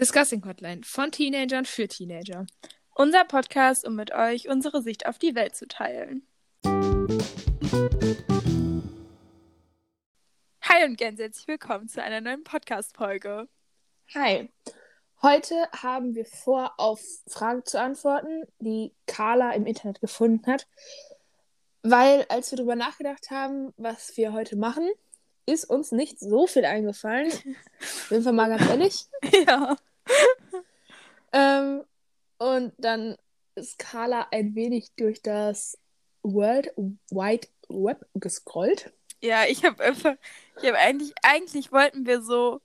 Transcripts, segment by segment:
Discussing Hotline von Teenagern für Teenager. Unser Podcast, um mit euch unsere Sicht auf die Welt zu teilen. Hi und ganz herzlich willkommen zu einer neuen Podcast-Folge. Hi. Heute haben wir vor, auf Fragen zu antworten, die Carla im Internet gefunden hat. Weil, als wir darüber nachgedacht haben, was wir heute machen, ist uns nicht so viel eingefallen. Sind wir mal ganz ehrlich. Ja. Und dann ist Carla ein wenig durch das World Wide Web gescrollt. Ja, eigentlich wollten wir so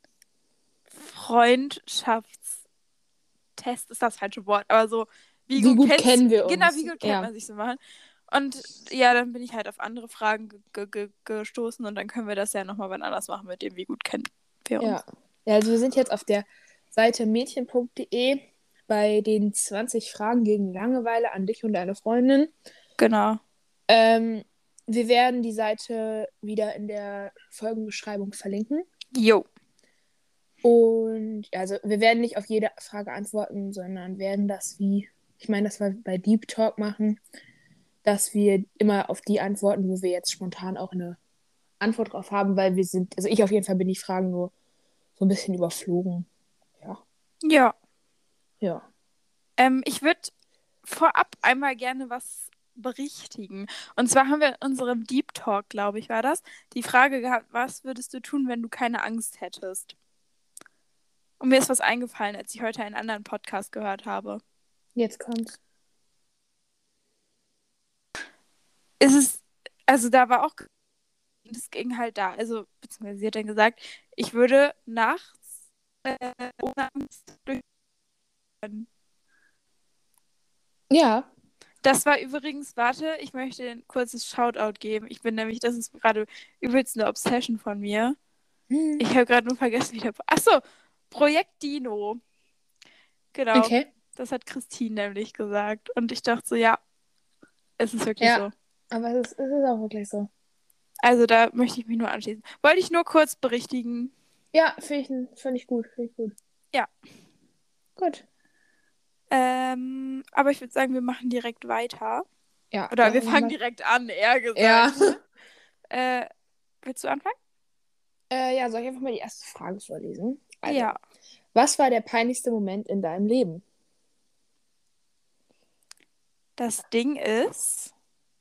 Freundschaftstest ist das falsche Wort, aber so, wie gut kennen wir uns. Genau, wie gut kennt man sich so machen. Und ja, dann bin ich halt auf andere Fragen gestoßen und dann können wir das ja nochmal wann anders machen mit dem, wie gut kennen wir uns. Ja, also wir sind jetzt auf der Seite mädchen.de bei den 20 Fragen gegen Langeweile an dich und deine Freundin. Genau. Wir werden die Seite wieder in der Folgenbeschreibung verlinken. Jo. Und also wir werden nicht auf jede Frage antworten, sondern werden das das wir bei Deep Talk machen, dass wir immer auf die antworten, wo wir jetzt spontan auch eine Antwort drauf haben, weil ich auf jeden Fall bin die Fragen nur so ein bisschen überflogen. Ja. Ja. Ich würde vorab einmal gerne was berichtigen. Und zwar haben wir in unserem Deep Talk, glaube ich, war das, die Frage gehabt, was würdest du tun, wenn du keine Angst hättest? Und mir ist was eingefallen, als ich heute einen anderen Podcast gehört habe. Jetzt kommt's. Da war auch, das ging halt da, also, beziehungsweise sie hat dann gesagt, ich würde nachts ohne Angst durch. Ja. Das war übrigens, warte, ich möchte ein kurzes Shoutout geben. Das ist gerade übelst eine Obsession von mir. Ich habe gerade nur vergessen, wie der... Achso, Projekt Dino. Genau. Okay. Das hat Christine nämlich gesagt. Und ich dachte so, ja, es ist wirklich so. Aber es ist auch wirklich so. Also da möchte ich mich nur anschließen. Wollte ich nur kurz berichtigen. Ja, finde ich gut. Ja. Gut. Aber ich würde sagen, wir machen direkt weiter. Ja. Oder wir fangen direkt an, eher gesagt. Ja. Willst du anfangen? Ja, soll ich einfach mal die erste Frage vorlesen? Also, ja. Was war der peinlichste Moment in deinem Leben? Das Ding ist,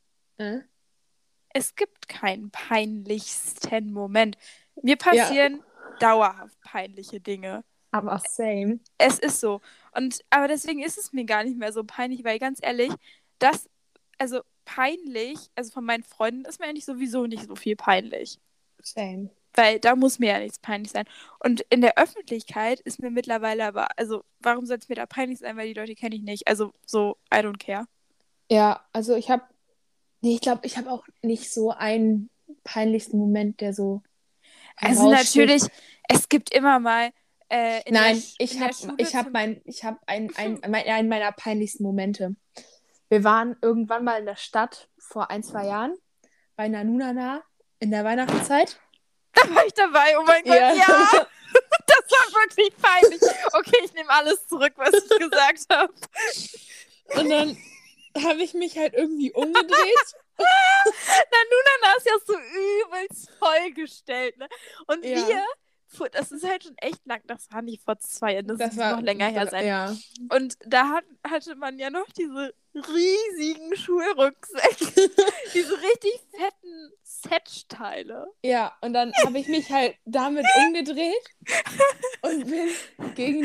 es gibt keinen peinlichsten Moment. Mir passieren dauerhaft peinliche Dinge. Aber same. Es ist so. Aber deswegen ist es mir gar nicht mehr so peinlich, weil ganz ehrlich, peinlich, also von meinen Freunden ist mir eigentlich sowieso nicht so viel peinlich. Same. Weil da muss mir ja nichts peinlich sein. Und in der Öffentlichkeit ist mir mittlerweile aber, also warum soll es mir da peinlich sein, weil die Leute kenne ich nicht. Also so, I don't care. Ja, also ich glaube, ich habe auch nicht so einen peinlichsten Moment, der so also natürlich, es gibt immer mal ich habe einen meiner peinlichsten Momente. Wir waren irgendwann mal in der Stadt vor 1-2 Jahren bei Nanunana in der Weihnachtszeit. Da war ich dabei, oh mein Gott, ja! Das war wirklich peinlich. Okay, ich nehme alles zurück, was ich gesagt habe. Und dann habe ich mich halt irgendwie umgedreht. Nanunana ist ja so übelst vollgestellt, ne? Und das ist halt schon echt lang, das war nicht vor 2 Jahren, das muss noch länger her sein. Ja. Und da hatte man ja noch diese riesigen Schulrucksäcke, diese richtig fetten Set-Teile. Ja, und dann habe ich mich halt damit umgedreht und bin gegen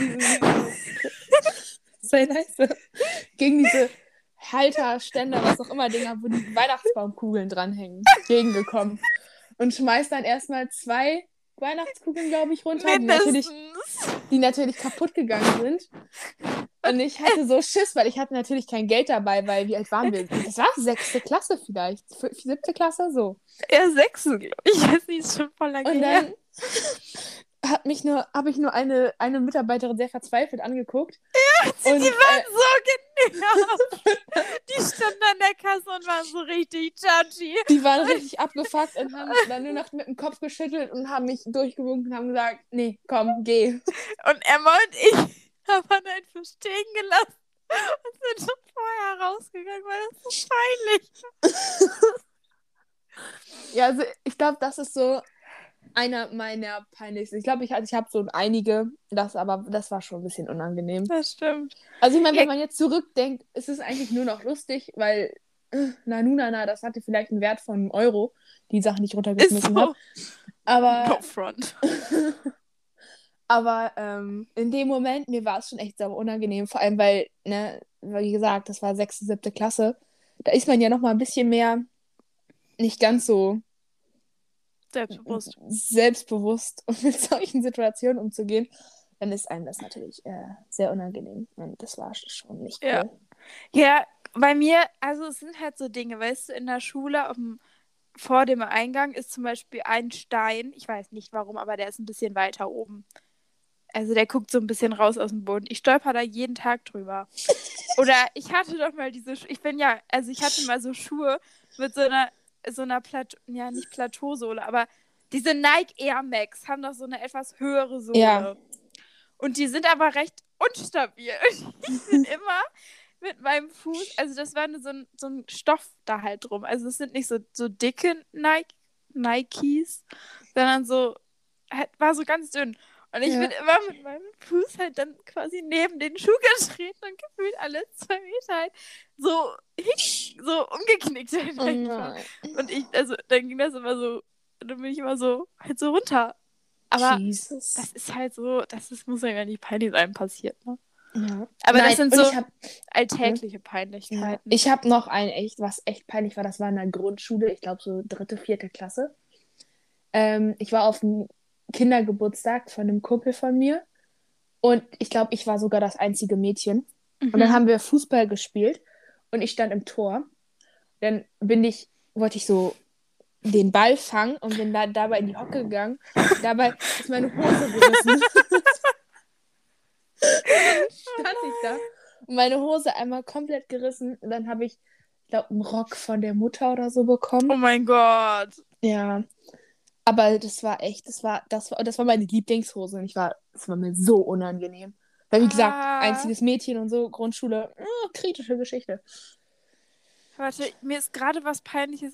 gegen diese Halterständer, was auch immer, Dinger, wo die Weihnachtsbaumkugeln dranhängen, gegengekommen. Und schmeiß dann erstmal 2 Weihnachtskugeln, glaube ich, runter, die natürlich kaputt gegangen sind. Und ich hatte so Schiss, weil ich hatte natürlich kein Geld dabei, weil wie alt waren wir? Das war 6. Klasse vielleicht, 7. Klasse, so. Ja, 6. glaube ich. Ich weiß nicht, ist schon voll lange her. Und dann habe ich nur eine Mitarbeiterin sehr verzweifelt angeguckt. Und, die waren so genervt. Die standen an der Kasse und waren so richtig judgy. die waren richtig abgefuckt und haben dann nur noch mit dem Kopf geschüttelt und haben mich durchgewunken und haben gesagt, nee, komm, geh. Und Emma und ich haben dann einfach stehen gelassen und sind schon vorher rausgegangen, weil das so peinlich. Ja, also ich glaube, das ist so einer meiner peinlichsten. Ich glaube, ich habe so einige, das war schon ein bisschen unangenehm. Das stimmt. Also ich meine, Ja. wenn man jetzt zurückdenkt, ist es eigentlich nur noch lustig, weil Nana, das hatte vielleicht einen Wert von €1, die Sachen, die ich runtergeschmissen habe. Aber, No front. aber in dem Moment, mir war es schon echt sehr unangenehm, vor allem weil, ne, wie gesagt, das war 6., 7. Klasse. Da ist man ja noch mal ein bisschen mehr nicht ganz so selbstbewusst, um mit solchen Situationen umzugehen, dann ist einem das natürlich sehr unangenehm. Und das war schon nicht cool. Ja. Ja, bei mir, also es sind halt so Dinge, weißt du, in der Schule vor dem Eingang ist zum Beispiel ein Stein, ich weiß nicht warum, aber der ist ein bisschen weiter oben. Also der guckt so ein bisschen raus aus dem Boden. Ich stolper da jeden Tag drüber. Oder ich hatte doch mal ich hatte mal so Schuhe mit so einer nicht Plateausohle, aber diese Nike Air Max haben doch so eine etwas höhere Sohle. Ja. Und die sind aber recht unstabil. Ich bin immer mit meinem Fuß, also das war nur so ein Stoff da halt drum. Also es sind nicht so dicke Nikes, sondern war so ganz dünn. Und ich bin immer mit meinem Fuß halt dann quasi neben den Schuh getreten und gefühlt alle 2 Meter halt so umgeknickt halt einfach. Und dann ging das immer so, dann bin ich immer so halt so runter. Aber Jesus. das ist halt so, muss ja gar nicht peinlich sein passiert, ne? Ja. Aber das sind so alltägliche Peinlichkeiten. Ja. Ich habe noch was echt peinlich war, das war in der Grundschule, ich glaube so 3., 4. Klasse. Ich war auf dem Kindergeburtstag von einem Kumpel von mir und ich glaube, ich war sogar das einzige Mädchen. Und dann haben wir Fußball gespielt und ich stand im Tor. Dann wollte ich so den Ball fangen und bin dabei in die Hocke gegangen. Dabei ist meine Hose gerissen. Dann stand ich da und meine Hose einmal komplett gerissen und dann habe ich glaube, einen Rock von der Mutter oder so bekommen. Oh mein Gott. Ja. Aber das war meine Lieblingshose und das war mir so unangenehm. Weil, wie gesagt, einziges Mädchen und so, Grundschule, kritische Geschichte. Warte, mir ist gerade was Peinliches.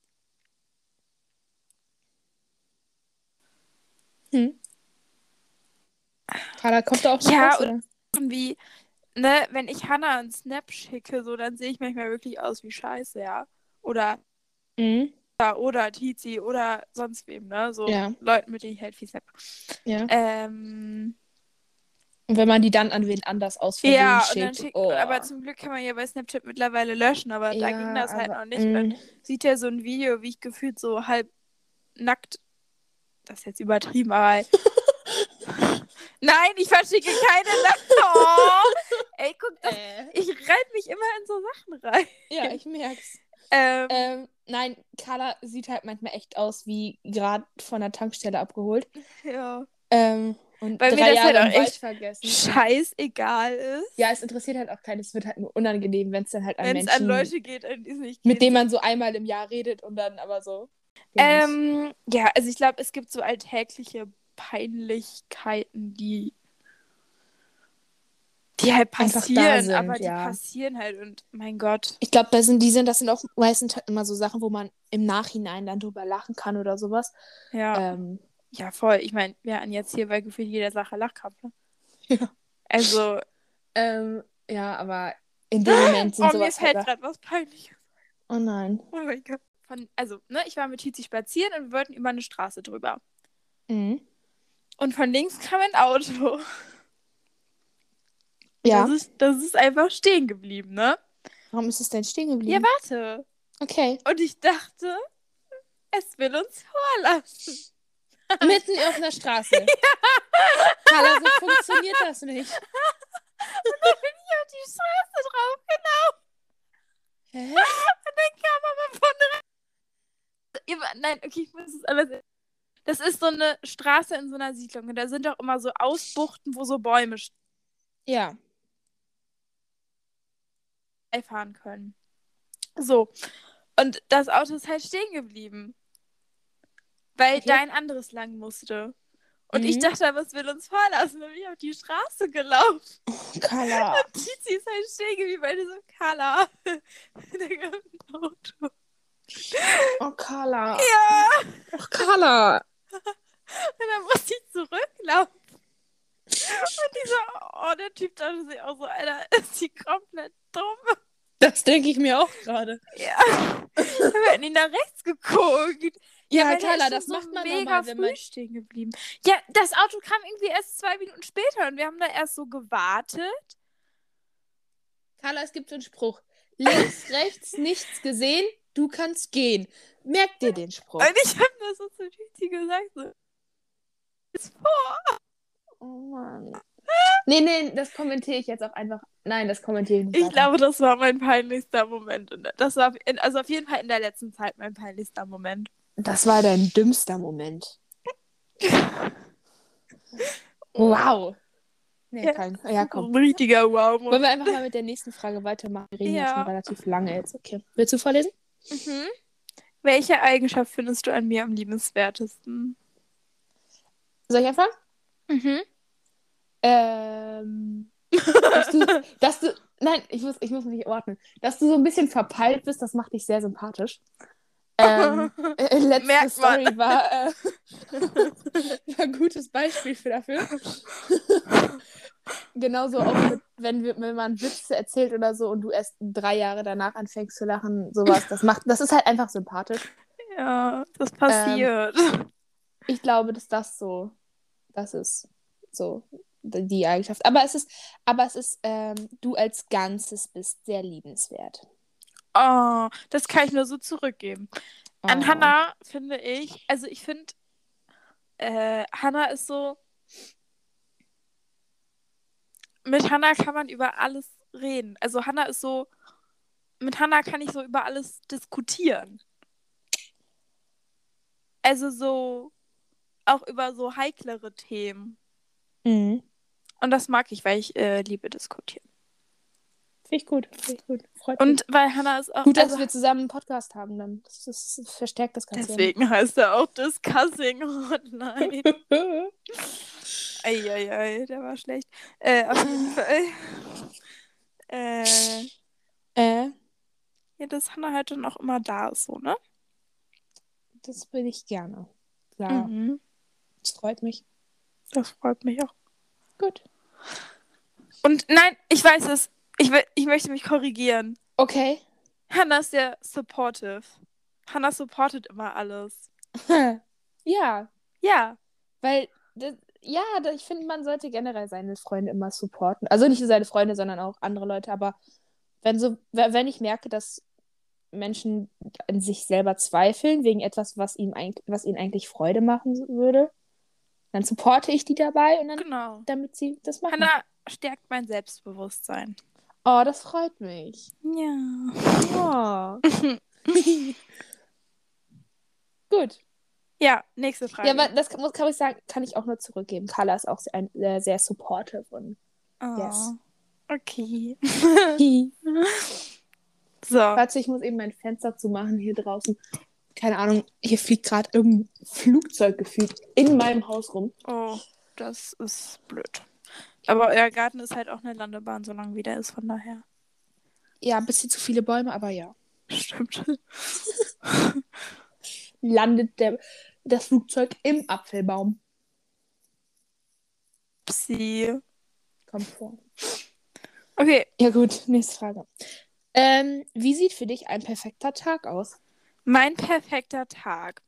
Carla, kommt da auch noch was? Oder? Irgendwie, ne, wenn ich Hannah einen Snap schicke, so, dann sehe ich manchmal wirklich aus wie Scheiße, ja. Oder Tizi oder sonst wem, ne? So Leuten, mit denen ich halt viel Snap. Ja. Und wenn man die dann an wen anders aus Versehen schickt. Aber zum Glück kann man ja bei Snapchat mittlerweile löschen, aber da ging das halt noch nicht. Man sieht ja so ein Video, wie ich gefühlt so halb nackt, das ist jetzt übertrieben, aber nein, ich verschicke keine nackt. Oh. Ey, guck, ich reite mich immer in so Sachen rein. Ja, ich merk's. Nein, Carla sieht halt manchmal echt aus wie gerade von der Tankstelle abgeholt. Ja. Und weil 3 mir das Jahre halt auch echt vergessen. scheißegal ist. Ja, es interessiert halt auch keinen. Es wird halt nur unangenehm, wenn es dann halt an Menschen... Wenn es an Leute geht, die es nicht mit denen man so einmal im Jahr redet und dann aber so... ja, also ich glaube, es gibt so alltägliche Peinlichkeiten, die halt passieren, aber die passieren halt und mein Gott. Ich glaube, das sind auch meistens halt immer so Sachen, wo man im Nachhinein dann drüber lachen kann oder sowas. Ja. Ja, voll. Ich meine, wir hatten jetzt hier bei gefühlt jeder Sache Lachkampf, ne? Ja. Also. Ja, aber in dem Moment sind sowas. Mir fällt gerade was Peinliches. Oh nein. Oh mein Gott. Ich war mit Tizi spazieren und wir wollten über eine Straße drüber. Mhm. Und von links kam ein Auto. Ja. Das ist einfach stehen geblieben, ne? Warum ist es denn stehen geblieben? Ja, warte. Okay. Und ich dachte, es will uns vorlassen. Mitten auf einer Straße. Ja. Carla, so funktioniert das nicht. Und dann bin ich auf die Straße draufgelaufen. Hä? Und dann kam aber von nein, okay, ich muss es alles. Das ist so eine Straße in so einer Siedlung. Und da sind auch immer so Ausbuchten, wo so Bäume stehen. Ja. fahren können. So. Und das Auto ist halt stehen geblieben. Weil da ein anderes lang musste. Und ich dachte aber, es will uns vorlassen. Dann bin ich auf die Straße gelaufen. Carla. Und Tizi ist halt stehen geblieben, weil so, Carla. Da kommt ein Auto. Oh, Carla. Ja. Oh, Carla. Und dann musste ich zurücklaufen. Und die so, oh, der Typ dachte sich auch so, Alter, ist die komplett dumm. Das denke ich mir auch gerade. Ja. Wir hätten ihn nach rechts geguckt. Ja, weil Carla, der ist das macht man mega nochmal, wenn früh man... stehen geblieben. Ja, das Auto kam irgendwie erst 2 Minuten später und wir haben da erst so gewartet. Carla, es gibt so einen Spruch. Links, rechts, nichts gesehen, du kannst gehen. Merk dir den Spruch. Und ich habe das so zu Titi gesagt. So, ist vor. Oh Mann. Nee, das kommentiere ich jetzt auch einfach. Nein, das kommentiere ich nicht Ich weiter. glaube, das war mein peinlichster Moment. Und das war also auf jeden Fall in der letzten Zeit mein peinlichster Moment. Das war dein dümmster Moment. Wow. Nee, Ja. kein. Ja, komm. Ein richtiger Wow-Moment. Wollen wir einfach mal mit der nächsten Frage weitermachen? Wir reden ja schon relativ lange jetzt. Okay. Willst du vorlesen? Mhm. Welche Eigenschaft findest du an mir am liebenswertesten? Soll ich anfangen? Mhm. Nein, ich muss mich ordnen. Dass du so ein bisschen verpeilt bist, das macht dich sehr sympathisch. Letzte Story war ein gutes Beispiel dafür. Genauso auch wenn man Witze erzählt oder so und du erst 3 Jahre danach anfängst zu lachen, sowas. Das ist halt einfach sympathisch. Ja, das passiert. Ich glaube, dass das ist so die Eigenschaft. Aber es ist, du als Ganzes bist sehr liebenswert. Oh, das kann ich nur so zurückgeben. An Oh. Hannah finde ich, also ich finde, Hannah ist so, mit Hannah kann man über alles reden. Also Hannah ist so, mit Hannah kann ich so über alles diskutieren. Also so, auch über so heiklere Themen. Mhm. Und das mag ich, weil ich liebe diskutieren. Finde ich gut. Freut mich. Und weil Hannah ist auch... Gut, dass wir zusammen einen Podcast haben dann. Das verstärkt das Ganze. Deswegen heißt er auch Discussing Hotline. Eieiei, der war schlecht. Auf jeden Fall. Ja, dass Hannah halt dann auch immer da ist, so, ne? Das will ich gerne. Klar. Mhm. Das freut mich. Das freut mich auch. Gut. Und nein, ich weiß es. Ich möchte mich korrigieren. Okay. Hannah ist sehr supportive. Hannah supportet immer alles. Ja. Ja. Weil, ich finde, man sollte generell seine Freunde immer supporten. Also nicht nur seine Freunde, sondern auch andere Leute. Aber wenn ich merke, dass Menschen an sich selber zweifeln, wegen etwas, was ihnen eigentlich Freude machen würde, dann supporte ich die dabei und dann, Genau. damit sie das machen. Hannah stärkt mein Selbstbewusstsein. Oh, das freut mich. Ja. Oh. Gut. Ja, nächste Frage. Ja, aber das kann ich sagen, kann ich auch nur zurückgeben. Carla ist auch sehr, sehr supportive und yes. Okay. So. Warte, ich muss eben mein Fenster zumachen hier draußen. Keine Ahnung, hier fliegt gerade irgendein Flugzeug gefühlt in meinem Haus rum. Oh, das ist blöd. Aber euer Garten ist halt auch eine Landebahn, solange wie der ist, von daher. Ja, ein bisschen zu viele Bäume, aber ja. Stimmt. Landet das Flugzeug im Apfelbaum. Psi. Kommt vor. Okay. Ja gut, nächste Frage. Wie sieht für dich ein perfekter Tag aus? Mein perfekter Tag.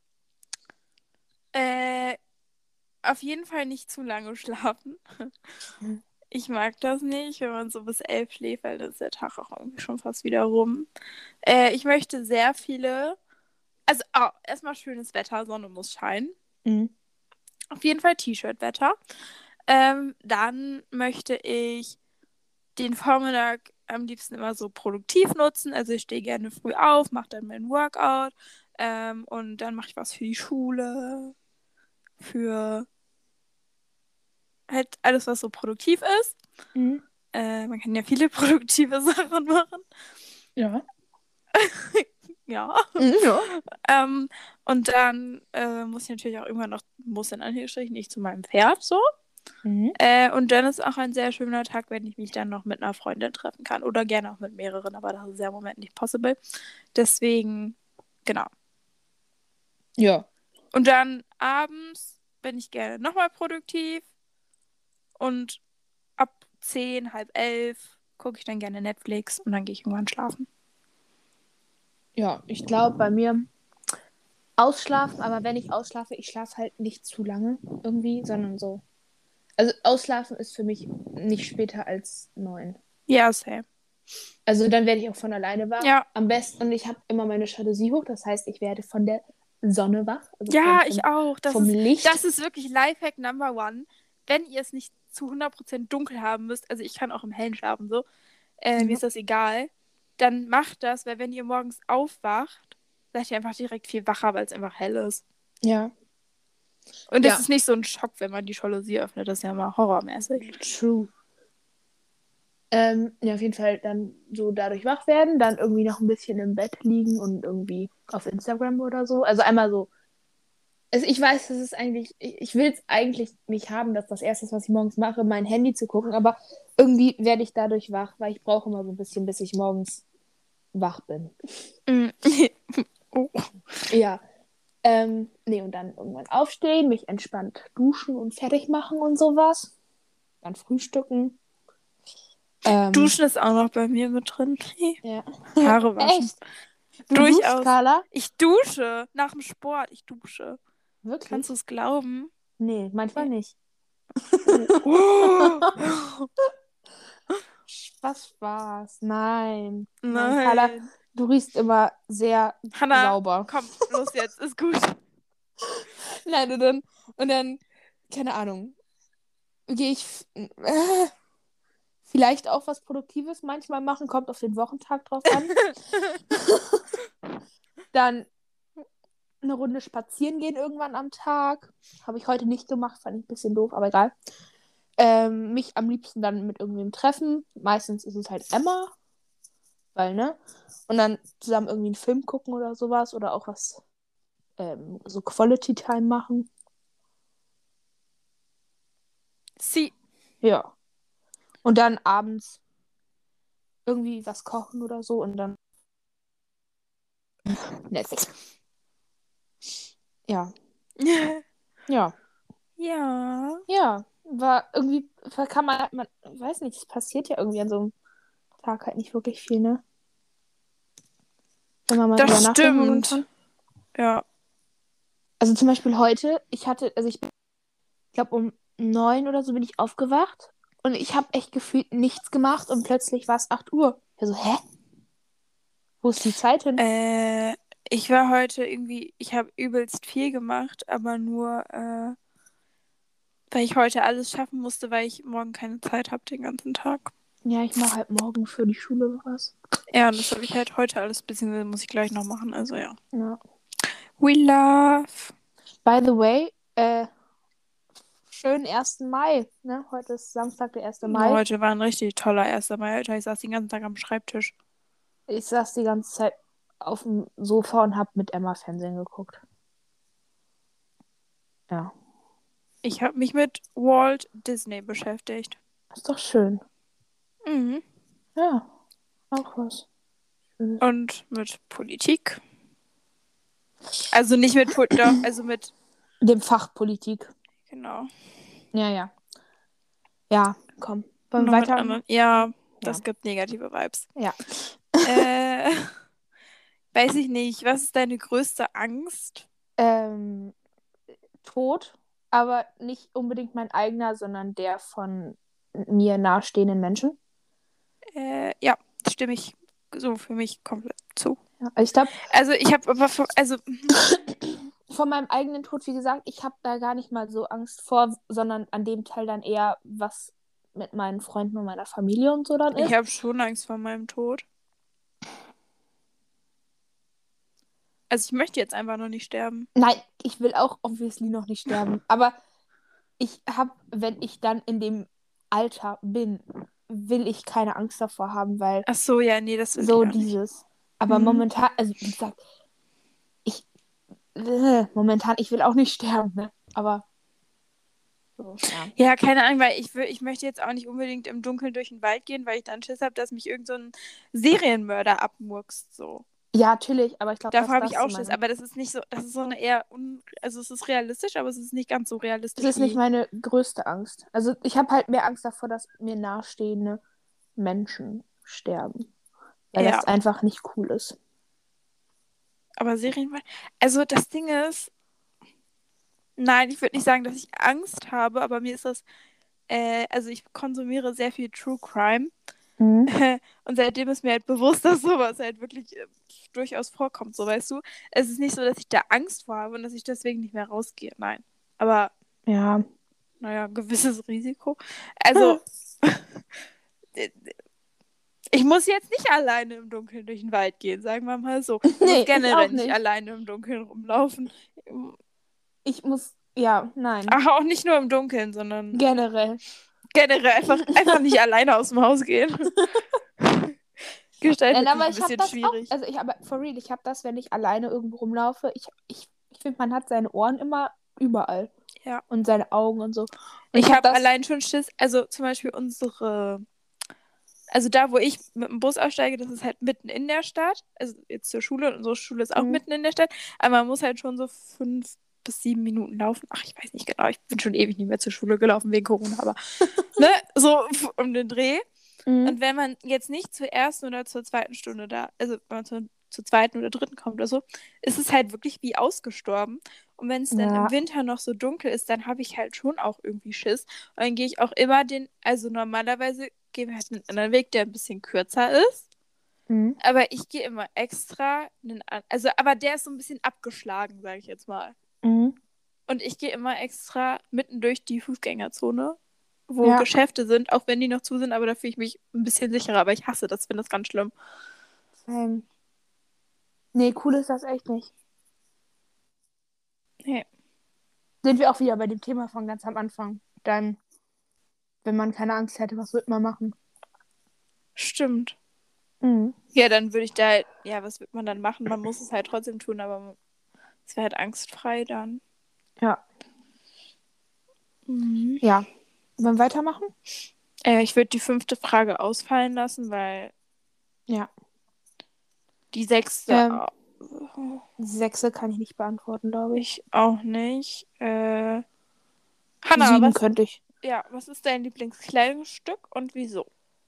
Auf jeden Fall nicht zu lange schlafen. Ich mag das nicht, wenn man so bis 11 schläft, weil dann ist der Tag auch irgendwie schon fast wieder rum. Ich möchte sehr viele... Also, erstmal schönes Wetter, Sonne muss scheinen. Mhm. Auf jeden Fall T-Shirt-Wetter. Dann möchte ich den Vormittag am liebsten immer so produktiv nutzen. Also ich stehe gerne früh auf, mache dann mein Workout und dann mache ich was für die Schule, für halt alles, was so produktiv ist. Mhm. Man kann ja viele produktive Sachen machen. Ja. Ja. Ja. Und dann muss ich natürlich auch irgendwann noch, muss in Anführungsstrichen, nicht zu meinem Pferd so. Mhm. Und dann ist auch ein sehr schöner Tag, wenn ich mich dann noch mit einer Freundin treffen kann. Oder gerne auch mit mehreren, aber das ist ja im Moment nicht possible. Deswegen, genau. Ja. Und dann abends bin ich gerne nochmal produktiv. Und ab 10, halb 11 gucke ich dann gerne Netflix und dann gehe ich irgendwann schlafen. Ja, ich glaube bei mir ausschlafen, aber wenn ich ausschlafe, ich schlafe halt nicht zu lange irgendwie, sondern so. Also ausschlafen ist für mich nicht später als 9. Ja, same. Also dann werde ich auch von alleine wach. Ja. Am besten, und ich habe immer meine Jalousie hoch, das heißt, ich werde von der Sonne wach. Also Ja, ich auch. vom Licht. Das ist wirklich Lifehack Number One. Wenn ihr es nicht zu 100% dunkel haben müsst, also ich kann auch im Hellen schlafen so, mir ist das egal, dann macht das, weil wenn ihr morgens aufwacht, seid ihr einfach direkt viel wacher, weil es einfach hell ist. Ja. Und es Ja. ist nicht so ein Schock, wenn man die Jalousie öffnet. Das ist ja mal horrormäßig. True. Ja, auf jeden Fall dann so dadurch wach werden, dann irgendwie noch ein bisschen im Bett liegen und irgendwie auf Instagram oder so. Also einmal so. Also ich weiß, das ist eigentlich, ich will es eigentlich nicht haben, dass das Erste, was ich morgens mache, mein Handy zu gucken, aber irgendwie werde ich dadurch wach, weil ich brauche immer so ein bisschen, bis ich morgens wach bin. Oh. Ja. Nee, und dann irgendwann aufstehen, mich entspannt duschen und fertig machen und sowas. Dann frühstücken. Duschen ist auch noch bei mir mit drin. Ja. Haare waschen. Echt? Du Durchaus. duschst, Carla? Ich dusche nach dem Sport. Ich dusche. Wirklich? Kannst du es glauben? Nee, manchmal nicht. Oh. Spaß. Nein. Nein. Carla, du riechst immer sehr Hannah, sauber. komm, los jetzt, ist gut. Nein, und dann, keine Ahnung, gehe ich vielleicht auch was Produktives manchmal machen, kommt auf den Wochentag drauf an. Dann eine Runde spazieren gehen irgendwann am Tag. Habe ich heute nicht gemacht, fand ich ein bisschen doof, aber egal. Mich am liebsten dann mit irgendwem treffen. Meistens ist es halt Emma, weil, ne? Und dann zusammen irgendwie einen Film gucken oder sowas oder auch was, so Quality Time machen. Sie. Ja. Und dann abends irgendwie was kochen oder so und dann Netflix. Ja. Ja. Ja. Ja. War irgendwie, kann man, weiß nicht, es passiert ja irgendwie an so einem Tag halt nicht wirklich viel, ne? Wenn man mal drüber Das nachdenkt stimmt. momentan. Ja. Also zum Beispiel heute, ich glaube um 9 oder so bin ich aufgewacht und ich habe echt gefühlt nichts gemacht und plötzlich war es 8 Uhr. Ich so, hä? Wo ist die Zeit hin? Ich war heute irgendwie, ich habe übelst viel gemacht, aber nur, weil ich heute alles schaffen musste, weil ich morgen keine Zeit habe den ganzen Tag. Ja, ich mache halt morgen für die Schule was. Ja, und das habe ich halt heute alles, beziehungsweise muss ich gleich noch machen, also ja. Ja. We love. By the way, schönen 1. Mai, ne? Heute ist Samstag, der 1. Mai. Heute war ein richtig toller 1. Mai, Alter. Ich saß den ganzen Tag am Schreibtisch. Ich saß die ganze Zeit auf dem Sofa und habe mit Emma Fernsehen geguckt. Ja. Ich habe mich mit Walt Disney beschäftigt. Ist doch schön. Mhm. Ja, auch was. Schönes. Und mit Politik. Also nicht mit doch, also mit Dem Fach Politik. genau. Ja. Ja, komm. Wollen wir Noch mit weiter? anderen. Ja, das gibt negative Vibes. Ja. Weiß ich nicht. Was ist deine größte Angst? Tod, aber nicht unbedingt mein eigener, sondern der von mir nahestehenden Menschen. Ja, stimme ich so für mich komplett zu. Ja, also ich glaube, Also ich habe aber von meinem eigenen Tod, wie gesagt, ich habe da gar nicht mal so Angst vor, sondern an dem Teil dann eher, was mit meinen Freunden und meiner Familie und so dann ist. ich habe schon Angst vor meinem Tod. Also ich möchte jetzt einfach noch nicht sterben. Nein, ich will auch obviously noch nicht sterben. Aber ich habe, wenn ich dann in dem Alter bin, will ich keine Angst davor haben, weil Ach so, ja, nee, das will so ich auch nicht. dieses. Aber momentan, also wie gesagt, momentan, ich will auch nicht sterben, ne? Aber so, ja. Ja, keine Ahnung, weil ich möchte jetzt auch nicht unbedingt im Dunkeln durch den Wald gehen, weil ich dann Schiss habe, dass mich irgend so ein Serienmörder abmurkst, so. Ja, natürlich, aber ich glaube, Davor habe ich das auch so Schiss, meine. aber das ist nicht so, das ist so eine eher, also es ist realistisch, aber es ist nicht ganz so Es realistisch ist nicht wie, meine größte Angst. Also ich habe halt mehr Angst davor, dass mir nahestehende Menschen sterben. Weil ja, das einfach nicht cool ist. aber Serienmörder, also das Ding ist, nein, ich würde nicht sagen, dass ich Angst habe, aber mir ist das, also ich konsumiere sehr viel True Crime. Mhm. Und seitdem ist mir halt bewusst, dass sowas halt wirklich durchaus vorkommt, so weißt du. Es ist nicht so, dass ich da Angst vor habe und dass ich deswegen nicht mehr rausgehe, nein. Aber, Ja. naja, ein gewisses Risiko. Also, ich muss jetzt nicht alleine im Dunkeln durch den Wald gehen, sagen wir mal so. Ich muss Nee, ich auch generell nicht nicht. alleine im Dunkeln rumlaufen. Ich muss, ja, nein. Ach, auch nicht nur im Dunkeln, sondern Generell. generell einfach nicht alleine aus dem Haus gehen. Nein, Gestaltet sich aber ein ich habe bisschen das auch, schwierig. also ich habe, for real, ich habe das, wenn ich alleine irgendwo rumlaufe. Ich finde, man hat seine Ohren immer überall. Ja. Und seine Augen und so. Und Ich ich habe habe das, allein schon Schiss, also zum Beispiel also da, wo ich mit dem Bus aussteige, das ist halt mitten in der Stadt. Also jetzt zur Schule und unsere Schule ist auch Mhm. mitten in der Stadt. Aber man muss halt schon so 5 bis 7 Minuten laufen. Ach, ich weiß nicht genau. Ich bin schon ewig nicht mehr zur Schule gelaufen wegen Corona, aber ne, so um den Dreh. Mhm. Und wenn man jetzt nicht zur ersten oder zur zweiten Stunde da, also wenn man zur zweiten oder dritten kommt oder so, ist es halt wirklich wie ausgestorben. Und wenn es dann im Ja. Winter noch so dunkel ist, dann habe ich halt schon auch irgendwie Schiss. Und dann gehe ich auch immer also normalerweise gehen wir halt einen anderen Weg, der ein bisschen kürzer ist. Mhm. Aber ich gehe immer extra aber der ist so ein bisschen abgeschlagen, sage ich jetzt mal. Mhm. Und ich gehe immer extra mitten durch die Fußgängerzone, wo Ja. Geschäfte sind, auch wenn die noch zu sind, aber da fühle ich mich ein bisschen sicherer. Aber ich hasse das, finde das ganz schlimm. Nee, cool ist das echt nicht. Nee. Sind wir auch wieder bei dem Thema von ganz am Anfang. Dann, wenn man keine Angst hätte, was würde man machen? Stimmt. Mhm. Ja, dann würde ich da halt, ja, was wird man dann machen? Man muss es halt trotzdem tun, aber es wäre halt angstfrei dann. Ja. Mhm. Ja. Wollen wir weitermachen? Ich würde die 5. Frage ausfallen lassen, weil Ja. die 6. Ähm, 6 kann ich nicht beantworten, glaube ich. Ich auch nicht. Hanna, 7 könnte ich. was ist dein Lieblingskleidungsstück und wieso?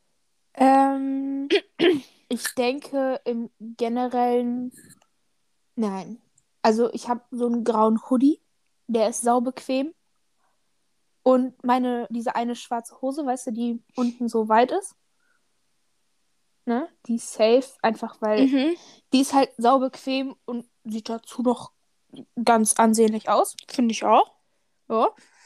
Ich denke im Generellen. Nein. Also ich habe so einen grauen Hoodie. Der ist saubequem. Und diese eine schwarze Hose, weißt du, die unten so weit ist. Ne? Die ist safe, einfach weil Mhm. die ist halt saubequem und sieht dazu noch ganz ansehnlich aus. Finde ich auch. Ja.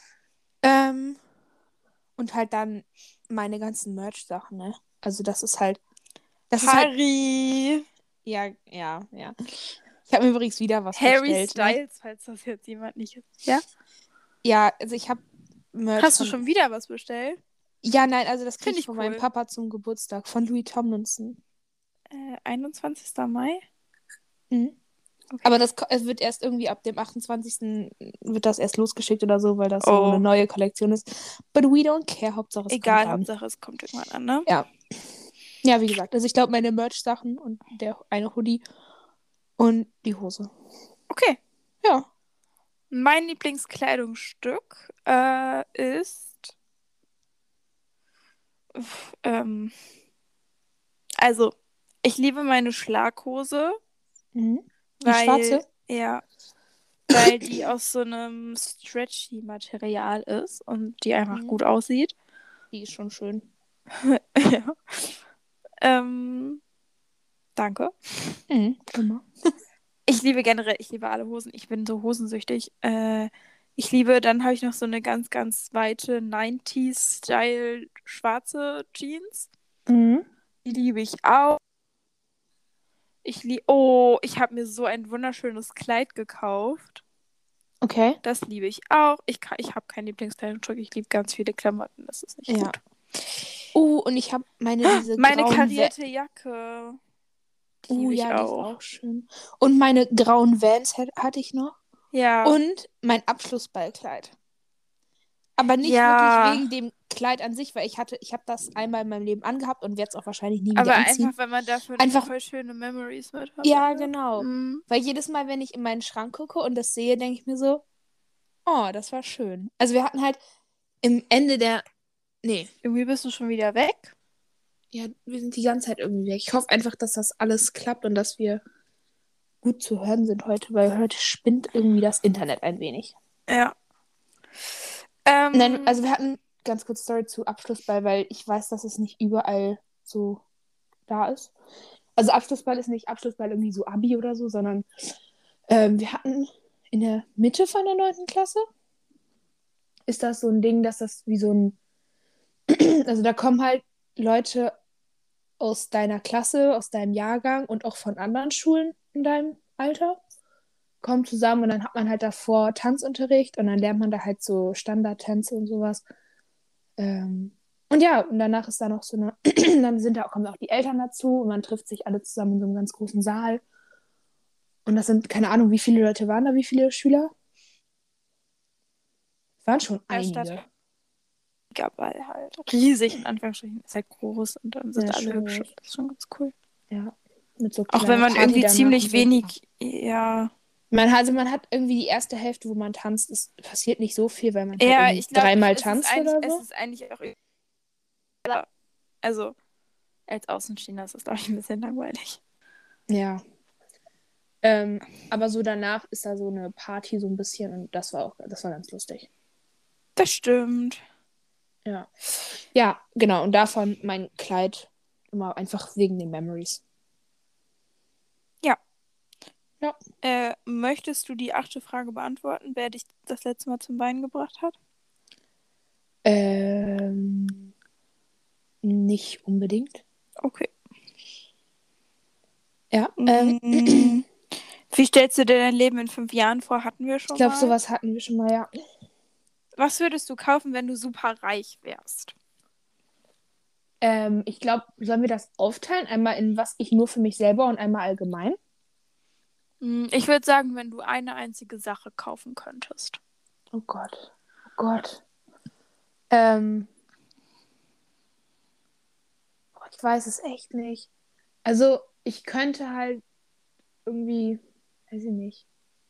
Und halt dann meine ganzen Merch-Sachen, ne? Also das ist halt, Harry. ja, ja, ja. Ich habe mir übrigens wieder was Harry bestellt, ne? Styles, falls das jetzt jemand nicht ist. Ja? Ja, also ich habe Merch Hast du von, schon wieder was bestellt? ja, nein, also das kriege Finde ich ich von meinem cool. Papa zum Geburtstag, von Louis Tomlinson. 21. Mai? Mhm. Okay. Aber es wird erst irgendwie ab dem 28. wird das erst losgeschickt oder so, weil das so Oh. eine neue Kollektion ist. But we don't care, Hauptsache es Egal, kommt an. Hauptsache es kommt irgendwann an, ne? Ja. Ja, wie gesagt, also ich glaube meine Merch-Sachen und der eine Hoodie und die Hose. Okay. Ja. Mein Lieblingskleidungsstück ist. Also, ich liebe meine Schlaghose, Mhm. Die weil, schwarze? ja, weil die aus so einem stretchy Material ist und die einfach Mhm. gut aussieht. Die ist schon schön. Ja. Danke. Immer. Ich liebe alle Hosen. Ich bin so hosensüchtig. Dann habe ich noch so eine ganz, ganz weite 90s-Style schwarze Jeans. Mhm. Die liebe ich auch. Ich habe mir so ein wunderschönes Kleid gekauft. Okay. Das liebe ich auch. Ich habe kein Lieblingskleidungsstück. Ich liebe ganz viele Klamotten. Das ist nicht Ja. gut. Oh, und ich habe diese Meine grauen karierte Jacke. Die liebe ich ja, die ist auch. auch schön. Und meine grauen Vans hatte ich noch. Ja. Und mein Abschlussballkleid. Aber nicht wirklich Ja. wegen dem Kleid an sich, weil ich habe das einmal in meinem Leben angehabt und werde es auch wahrscheinlich nie Aber wieder anziehen. einfach, wenn man dafür noch Einfach, voll schöne Memories mit hat. ja, Ne? genau. Mhm. Weil jedes Mal, wenn ich in meinen Schrank gucke und das sehe, denke ich mir so, oh, das war schön. Also wir hatten halt im Ende der. Nee. Irgendwie bist du schon wieder weg. Ja, wir sind die ganze Zeit irgendwie weg. Ich hoffe einfach, dass das alles klappt und dass wir gut zu hören sind heute, weil heute spinnt irgendwie das Internet ein wenig. Ja. Nein, also wir hatten ganz kurz Story zu Abschlussball, weil ich weiß, dass es nicht überall so da ist. Also Abschlussball ist nicht Abschlussball irgendwie so Abi oder so, sondern wir hatten in der Mitte von der 9. Klasse ist das so ein Ding, dass das wie so ein, also da kommen halt Leute aus deiner Klasse, aus deinem Jahrgang und auch von anderen Schulen in deinem Alter, kommen zusammen und dann hat man halt davor Tanzunterricht und dann lernt man da halt so Standardtänze und sowas. Und ja, und danach ist da noch so eine, dann kommen auch die Eltern dazu und man trifft sich alle zusammen in so einem ganz großen Saal. Und das sind, keine Ahnung, wie viele Leute waren da, wie viele Schüler? Waren schon der Stadt einige. Ball halt. Riesig, in Anführungsstrichen. Ist halt groß und dann sind Ja, alle schon hübsch. groß. Das ist schon ganz cool. Ja, mit so Auch wenn kleiner man Party irgendwie danach ziemlich und so. wenig, ja. Man hat irgendwie die erste Hälfte, wo man tanzt, es passiert nicht so viel, weil man halt Ja, irgendwie ich glaube, dreimal es ist tanzt oder es so. ist eigentlich auch, also als Außenstehender ist das, glaube ich, ein bisschen langweilig. Ja. Aber so danach ist da so eine Party so ein bisschen und das war ganz lustig. Das stimmt. Ja. Ja, genau. Und davon mein Kleid immer einfach wegen den Memories. Ja. Ja. Möchtest du die 8. Frage beantworten, wer dich das letzte Mal zum Weinen gebracht hat? Nicht unbedingt. Okay. Ja. Wie stellst du dir dein Leben in 5 Jahren vor? Hatten wir Ich schon glaube, mal. sowas hatten wir schon mal, ja. Was würdest du kaufen, wenn du super reich wärst? Ich glaube, sollen wir das aufteilen? Einmal in was ich nur für mich selber und einmal allgemein? Ich würde sagen, wenn du eine einzige Sache kaufen könntest. Oh Gott. Oh Gott. Ich weiß es echt nicht. Also, ich könnte halt irgendwie, weiß ich nicht.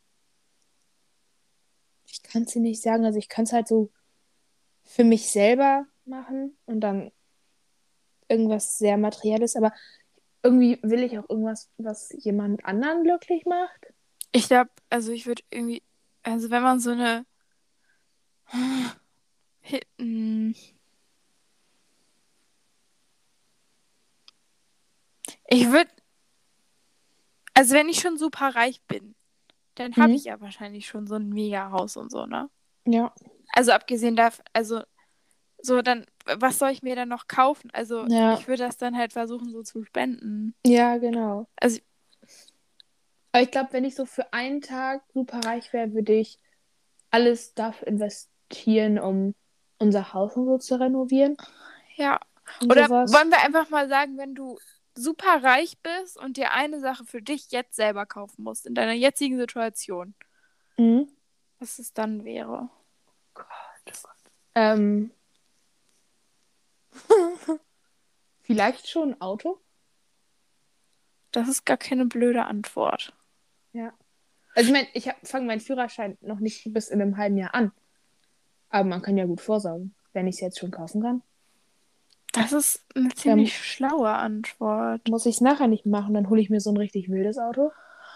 Ich kann es dir nicht sagen. Also, ich könnte es halt so für mich selber machen und dann irgendwas sehr Materielles, aber irgendwie will ich auch irgendwas, was jemand anderen glücklich macht. Ich glaube, also ich würde irgendwie, also wenn man so eine ich würde, also wenn ich schon super reich bin, dann habe ich Mhm. ja wahrscheinlich schon so ein Mega-Haus und so, ne? Ja. Also abgesehen davon, also so dann, was soll ich mir dann noch kaufen? Also Ja. ich würde das dann halt versuchen so zu spenden. Ja, genau. Also Aber ich glaube, wenn ich so für einen Tag super reich wäre, würde ich alles dafür investieren, um unser Haus und so zu renovieren ja. und Oder sowas. wollen wir einfach mal sagen, wenn du super reich bist und dir eine Sache für dich jetzt selber kaufen musst, in deiner jetzigen Situation, Mhm. was es dann wäre? Gott. Ähm, vielleicht schon ein Auto? Das ist gar keine blöde Antwort. Ja. Also ich meine, ich fange meinen Führerschein noch nicht bis in einem halben Jahr an. Aber man kann ja gut vorsorgen, wenn ich es jetzt schon kaufen kann. Das ist eine Dann ziemlich schlaue Antwort. muss ich es nachher nicht machen, dann hole ich mir so ein richtig wildes Auto.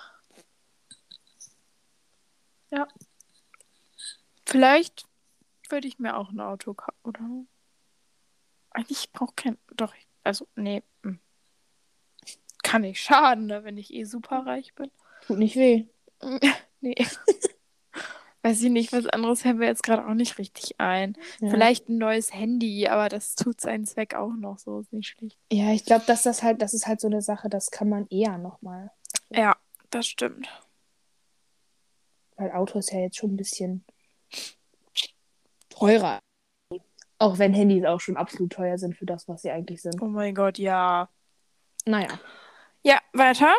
Ja. Vielleicht würde ich mir auch ein Auto kaufen, oder? Eigentlich ich brauche kein. Doch, also, nee. Kann nicht schaden, ne, wenn ich eh super reich bin. Tut nicht weh. Nee. Weiß ich nicht, was anderes fällt mir jetzt gerade auch nicht richtig ein. Ja. Vielleicht ein neues Handy, aber das tut seinen Zweck auch noch so, ist nicht schlecht. Ja, ich glaube, das ist halt so eine Sache, das kann man eher nochmal. Ja, das stimmt. Weil Auto ist ja jetzt schon ein bisschen teurer. Auch wenn Handys auch schon absolut teuer sind für das, was sie eigentlich sind. Oh mein Gott, ja. Naja. Ja, weiter.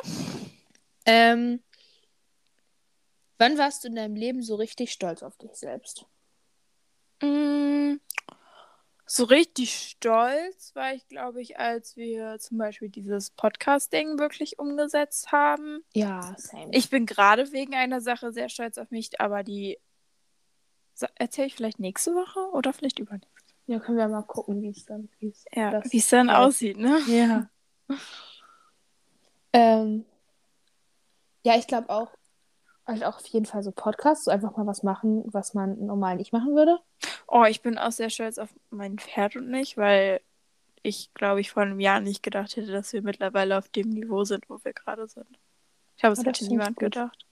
Wann warst du in deinem Leben so richtig stolz auf dich selbst? Mm, So richtig stolz war ich, glaube ich, als wir zum Beispiel dieses Podcast-Ding wirklich umgesetzt haben. Ja, same. Ich bin gerade wegen einer Sache sehr stolz auf mich, aber die erzähle ich vielleicht nächste Woche oder vielleicht übernächste. Ja, können wir mal gucken, wie es dann läuft. Aussieht, ne? Ja. Ja, ich glaube auch, halt auch auf jeden Fall so Podcasts, so einfach mal was machen, was man normal nicht machen würde. Oh, ich bin auch sehr stolz auf mein Pferd und mich, weil ich, glaube ich, vor einem Jahr nicht gedacht hätte, dass wir mittlerweile auf dem Niveau sind, wo wir gerade sind. Ich glaube, es hätte niemand gedacht.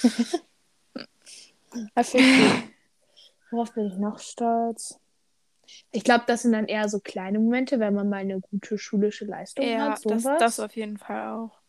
Worauf bin ich noch stolz? Ich glaube, das sind dann eher so kleine Momente, wenn man mal eine gute schulische Leistung hat, sowas. Ja, das auf jeden Fall auch.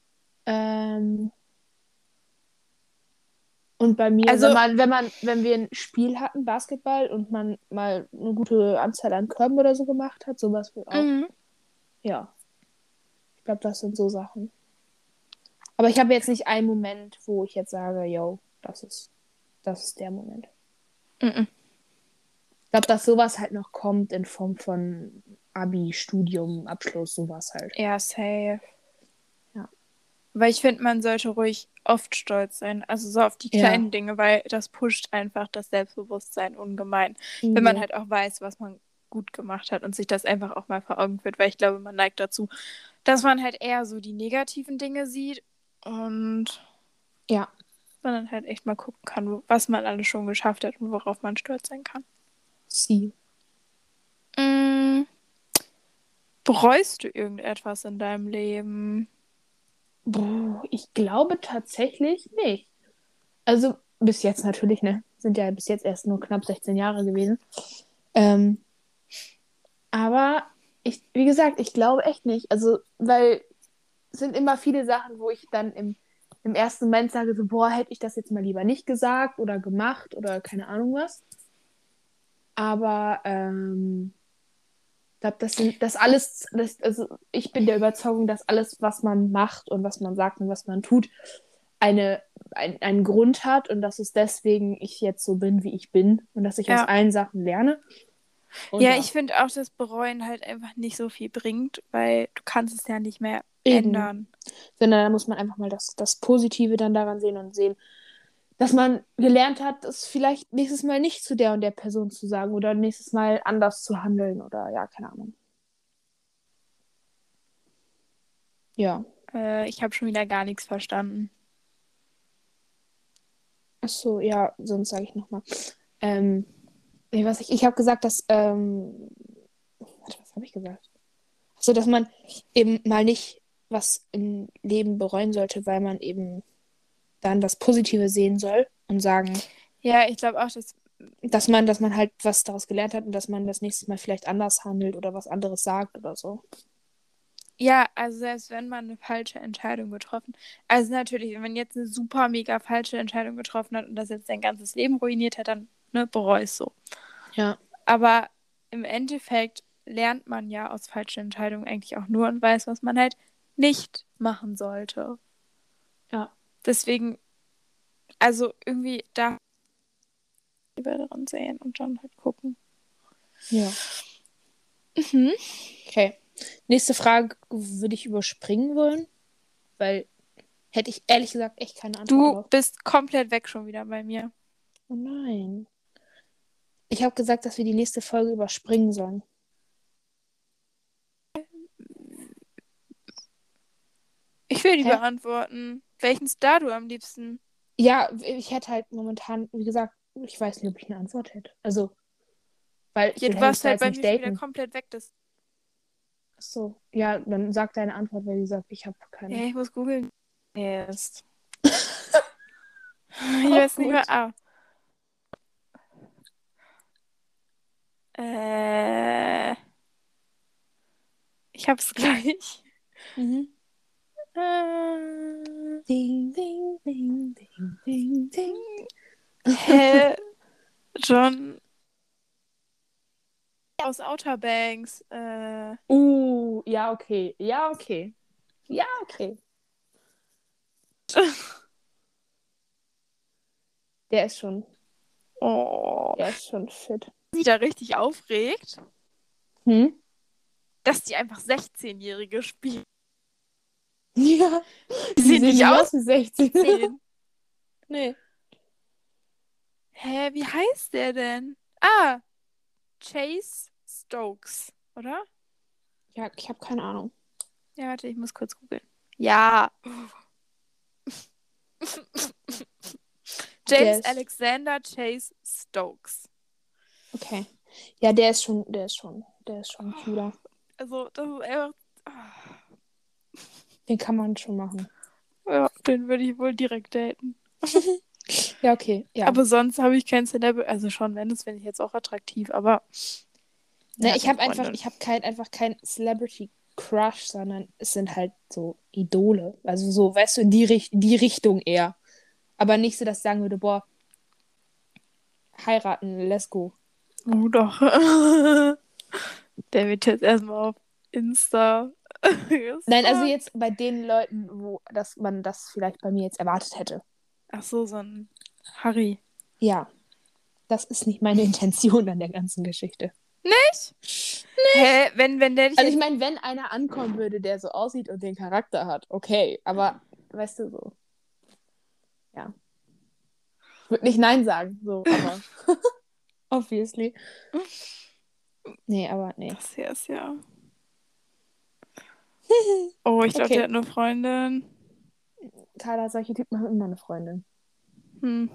Und bei mir, also, wenn wir ein Spiel hatten, Basketball, und man mal eine gute Anzahl an Körben oder so gemacht hat, sowas wird auch. Mhm. Ja. Ich glaube, das sind so Sachen. Aber ich habe jetzt nicht einen Moment, wo ich jetzt sage, yo, das ist der Moment. Mhm. Ich glaube, dass sowas halt noch kommt in Form von Abi, Studium, Abschluss, sowas halt. Ja, safe. Ja. Weil ich finde, man sollte ruhig oft stolz sein. Also so auf die kleinen Dinge, weil das pusht einfach das Selbstbewusstsein ungemein. Wenn man halt auch weiß, was man gut gemacht hat und sich das einfach auch mal vor Augen führt. Weil ich glaube, man neigt dazu, dass man halt eher so die negativen Dinge sieht und man dann halt echt mal gucken kann, was man alles schon geschafft hat und worauf man stolz sein kann. Bereust du irgendetwas in deinem Leben? Ich glaube tatsächlich nicht. Also bis jetzt natürlich, ne? Sind ja bis jetzt erst nur knapp 16 Jahre gewesen. Aber wie gesagt, ich glaube echt nicht. Also, weil es sind immer viele Sachen, wo ich dann im ersten Moment sage, so, boah, hätte ich das jetzt mal lieber nicht gesagt oder gemacht oder keine Ahnung was. Aber ich glaube, also ich bin der Überzeugung, dass alles, was man macht und was man sagt und was man tut, einen Grund hat und dass es deswegen ich jetzt so bin, wie ich bin und dass ich aus allen Sachen lerne. Und ich finde auch, dass Bereuen halt einfach nicht so viel bringt, weil du kannst es ja nicht mehr ändern. Sondern da muss man einfach mal das Positive dann daran sehen und sehen, dass man gelernt hat, es vielleicht nächstes Mal nicht zu der und der Person zu sagen oder nächstes Mal anders zu handeln oder ja, keine Ahnung. Ja. Ich habe schon wieder gar nichts verstanden. Achso, ja, sonst sage ich nochmal. Ich habe gesagt, dass, warte, was habe ich gesagt? Achso, dass man eben mal nicht was im Leben bereuen sollte, weil man eben dann das Positive sehen soll und sagen. Ja, ich glaube auch, dass man halt was daraus gelernt hat und dass man das nächste Mal vielleicht anders handelt oder was anderes sagt oder so. Ja, also selbst wenn man eine falsche Entscheidung getroffen hat. Also natürlich, wenn man jetzt eine super mega falsche Entscheidung getroffen hat und das jetzt sein ganzes Leben ruiniert hat, dann bereue ich so. Ja. Aber im Endeffekt lernt man ja aus falschen Entscheidungen eigentlich auch nur und weiß, was man halt nicht machen sollte. Ja. Deswegen, also irgendwie da lieber dran sehen und dann halt gucken. Ja. Okay. Nächste Frage würde ich überspringen wollen, weil hätte ich ehrlich gesagt echt keine Antwort drauf. Du bist komplett weg schon wieder bei mir. Oh nein. Ich habe gesagt, dass wir die nächste Folge überspringen sollen. Ich will die beantworten. Welchen Star du am liebsten? Ja, ich hätte halt momentan, wie gesagt, ich weiß nicht, ob ich eine Antwort hätte. Also, weil ich will Du warst Harry halt Styles bei nicht mir schon wieder daten. komplett weg. Achso, ja, dann sag deine Antwort, weil wie gesagt, ich habe keine. Ja, ich muss googeln. Ist. Ich weiß nicht mehr. Ich hab's gleich. Ding, ding, ding, ding, ding, ding. Hä? John. Aus Outer Banks. Ja, okay. Ja, okay. Ja, okay. Der ist schon fit. Sich da richtig aufregt, Hm? dass die einfach 16-Jährige spielen. Ja. Die sehen nicht aus wie 16. 10. Nee. Hä, wie heißt der denn? Ah, Chase Stokes, oder? Ja, ich habe keine Ahnung. Ja, warte, ich muss kurz googeln. Ja. James Alexander Chase Stokes. Okay. Ja, der ist schon cooler. Also, das ist einfach. Den kann man schon machen. Ja, den würde ich wohl direkt daten. Ja, okay. Ja. Aber sonst habe ich kein Celebrity. Also schon, wenn es, finde ich jetzt auch attraktiv, aber. Ne, ich habe einfach kein Celebrity Crush, sondern es sind halt so Idole. Also so, weißt du, in die Richtung eher. Aber nicht so, dass ich sagen würde, boah, heiraten, let's go. Oh doch. Der wird jetzt erstmal auf Insta. Nein, also jetzt bei den Leuten, wo man das vielleicht bei mir jetzt erwartet hätte. Ach so, so ein Harry. Ja, das ist nicht meine Intention an der ganzen Geschichte. Nicht? Hä, wenn der dich. Also ich meine, wenn einer ankommen würde, der so aussieht und den Charakter hat, okay. Aber, weißt du, so. Ja. Ich würde nicht Nein sagen, so, aber. Obviously. Nee, aber nee. Das hier ist ja. Oh, ich glaube, Okay. der hat eine Freundin. Carla, solche Typen haben immer eine Freundin. Hm.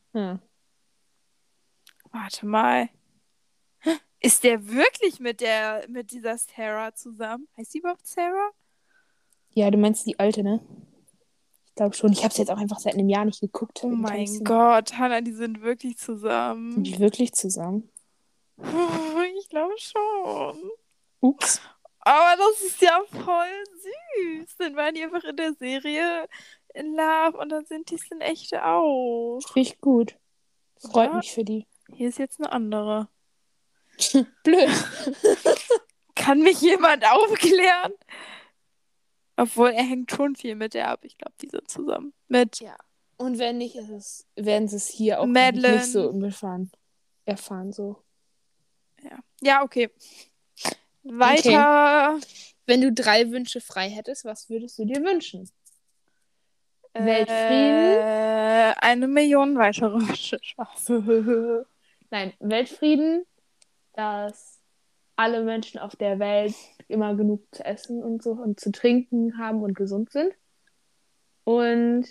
Warte mal. Ist der wirklich mit dieser Sarah zusammen? Heißt die überhaupt Sarah? Ja, du meinst die alte, ne? Ich glaube schon. Ich habe es jetzt auch einfach seit einem Jahr nicht geguckt. Oh mein Gott, Hannah, die sind wirklich zusammen. Sind die wirklich zusammen? Ich glaube schon. Ups. Aber das ist ja voll süß. Dann waren die einfach in der Serie in Love und dann sind die es in echte auch. Finde ich gut. Freut mich für die. Hier ist jetzt eine andere. Blöd. Kann mich jemand aufklären? Obwohl, er hängt schon viel mit der ab. Ich glaube, die sind zusammen. Ja. Und wenn nicht, werden sie es hier auch Madeline. nicht so erfahren. So. Ja, okay. Weiter. Okay. Wenn du 3 Wünsche frei hättest, was würdest du dir wünschen? Weltfrieden? 1 Million weitere Wünsche. Spaß. Nein, Weltfrieden, dass alle Menschen auf der Welt immer genug zu essen und so und zu trinken haben und gesund sind. Und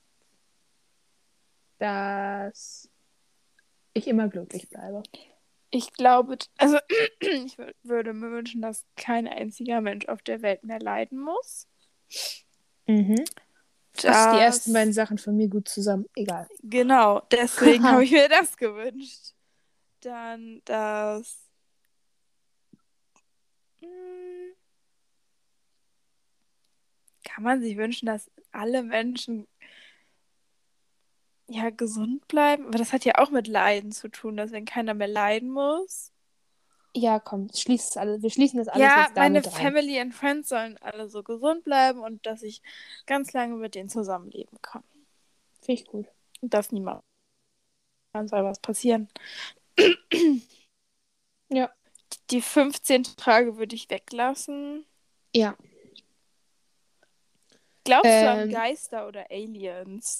dass ich immer glücklich bleibe. Ich glaube, also ich würde mir wünschen, dass kein einziger Mensch auf der Welt mehr leiden muss. Passt die ersten beiden Sachen von mir gut zusammen. Egal. Genau, deswegen habe ich mir das gewünscht. Dann das. Kann man sich wünschen, dass alle Menschen ja gesund bleiben? Aber das hat ja auch mit Leiden zu tun, dass wenn keiner mehr leiden muss. Ja, komm, wir schließen das alles jetzt damit Ja, meine Family and Friends sollen alle so gesund bleiben und dass ich ganz lange mit denen zusammenleben kann. Finde ich gut. Und dass niemand soll was passieren. Ja. Die 15. Frage würde ich weglassen. Ja. Glaubst du an Geister oder Aliens?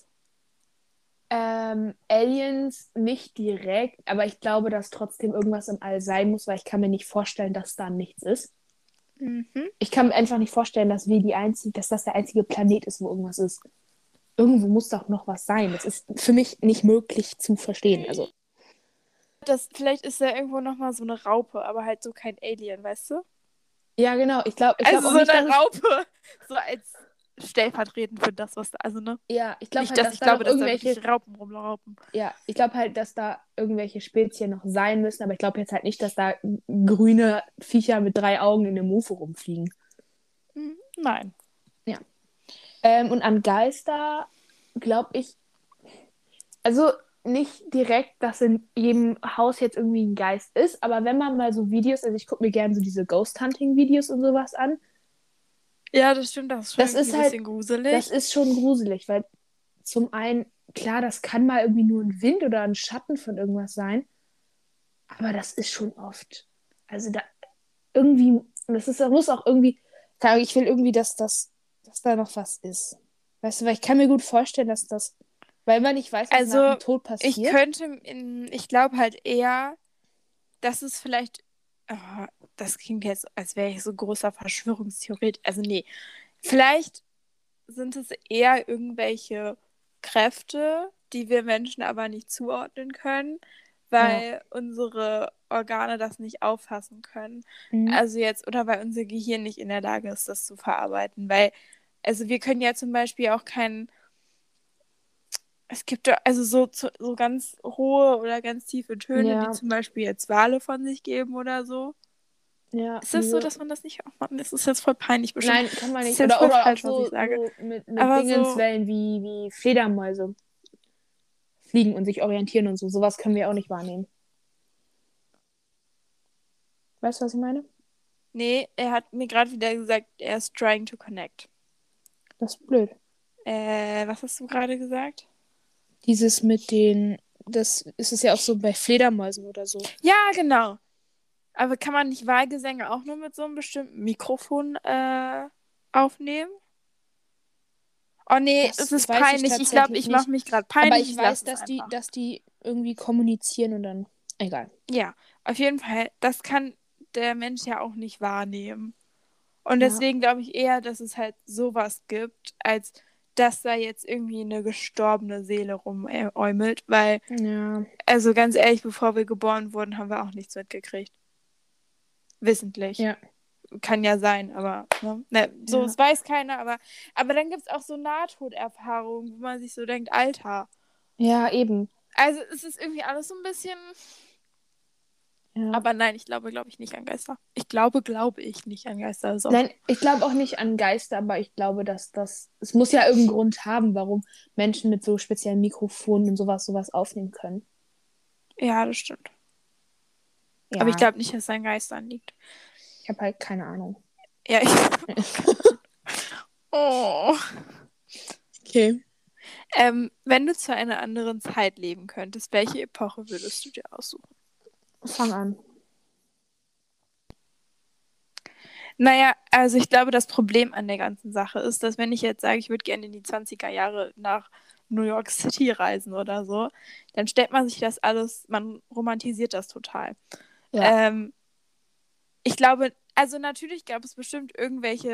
Aliens nicht direkt, aber ich glaube, dass trotzdem irgendwas im All sein muss, weil ich kann mir nicht vorstellen, dass da nichts ist. Ich kann mir einfach nicht vorstellen, dass dass das der einzige Planet ist, wo irgendwas ist. Irgendwo muss doch noch was sein. Das ist für mich nicht möglich zu verstehen. Also. Vielleicht ist da irgendwo nochmal so eine Raupe, aber halt so kein Alien, weißt du? Ja, genau. Ich glaube also auch so nicht, eine Raupe, so als stellvertretend für das, was da, also ne? Ja, ich glaube halt, dass da irgendwelche Raupen rumlaufen. Ja, ich glaube halt, dass da irgendwelche Spezien noch sein müssen, aber ich glaube jetzt halt nicht, dass da grüne Viecher mit 3 Augen in dem UFO rumfliegen. Nein. Ja. Und an Geister glaube ich, also nicht direkt, dass in jedem Haus jetzt irgendwie ein Geist ist, aber wenn man mal so Videos, also ich gucke mir gerne so diese Ghost-Hunting-Videos und sowas an, Ja, das stimmt, das ist schon das irgendwie ist ein halt, bisschen das gruselig. ist schon gruselig, weil zum einen, klar, das kann mal irgendwie nur ein Wind oder ein Schatten von irgendwas sein, aber das ist schon oft. Also da irgendwie, das muss auch irgendwie, keine Ahnung, ich will irgendwie, dass da noch was ist. Weißt du, weil ich kann mir gut vorstellen, dass das, weil man nicht weiß, was nach Also, dem Tod ich passiert. könnte, ich glaube halt eher, dass es vielleicht, oh, das klingt jetzt, als wäre ich so großer Verschwörungstheoretiker. Also, nee, vielleicht sind es eher irgendwelche Kräfte, die wir Menschen aber nicht zuordnen können, Ja. weil unsere Organe das nicht auffassen können. Mhm. Also jetzt, oder weil unser Gehirn nicht in der Lage ist, das zu verarbeiten. Weil, also wir können ja zum Beispiel auch keinen, es gibt ja also so ganz hohe oder ganz tiefe Töne, die Ja, zum Beispiel jetzt Wale von sich geben oder so. ja, Ist das so, diese. dass man das nicht auch macht? Das ist jetzt voll peinlich bestimmt. Nein, kann man Das ist nicht. jetzt voll Oder auch falsch, was ich so, sage. mit Aber so, Dingenswellen wie Fledermäuse fliegen und sich orientieren und so. Sowas können wir auch nicht wahrnehmen. Weißt du, was ich meine? nee, er hat mir gerade wieder gesagt, er ist trying to connect. Das ist blöd. Was hast du gerade gesagt? Dieses mit den, das ist es ja auch so bei Fledermäusen oder so. Ja, genau. Aber kann man nicht Wahlgesänge auch nur mit so einem bestimmten Mikrofon aufnehmen? Oh nee, es Das ist weiß ich peinlich. Ich glaube, tatsächlich ich mache nicht. mich gerade Aber peinlich. ich Ich lasse weiß, es einfach. dass die irgendwie kommunizieren und dann. Egal. Ja, auf jeden Fall. Das kann der Mensch ja auch nicht wahrnehmen. Und Ja. deswegen glaube ich eher, dass es halt sowas gibt, als dass da jetzt irgendwie eine gestorbene Seele rumäumelt. Weil, Ja. also ganz ehrlich, bevor wir geboren wurden, haben wir auch nichts mitgekriegt. Wissentlich. Ja. Kann ja sein, aber ne, so, Ja. es weiß keiner, aber dann gibt es auch so Nahtoderfahrungen, wo man sich so denkt, Alter. Ja, eben. Also es ist irgendwie alles so ein bisschen. Ja. Aber nein, glaube ich nicht an Geister. Glaube ich nicht an Geister. Das ist auch. Nein, ich glaube auch nicht an Geister, aber ich glaube, dass das. Es muss ja irgendeinen Grund haben, warum Menschen mit so speziellen Mikrofonen und sowas aufnehmen können. Ja, das stimmt. Aber ich Ja, glaube nicht, dass es an Geistern liegt. ich habe halt keine Ahnung. Ja, ich. Oh. Okay. Wenn du zu einer anderen Zeit leben könntest, welche Epoche würdest du dir aussuchen? Fang an. Naja, also ich glaube, das Problem an der ganzen Sache ist, dass wenn ich jetzt sage, ich würde gerne in die 20er Jahre nach New York City reisen oder so, dann stellt man sich das alles, man romantisiert das total. Ja. Ähm, Ich glaube, also natürlich gab es bestimmt irgendwelche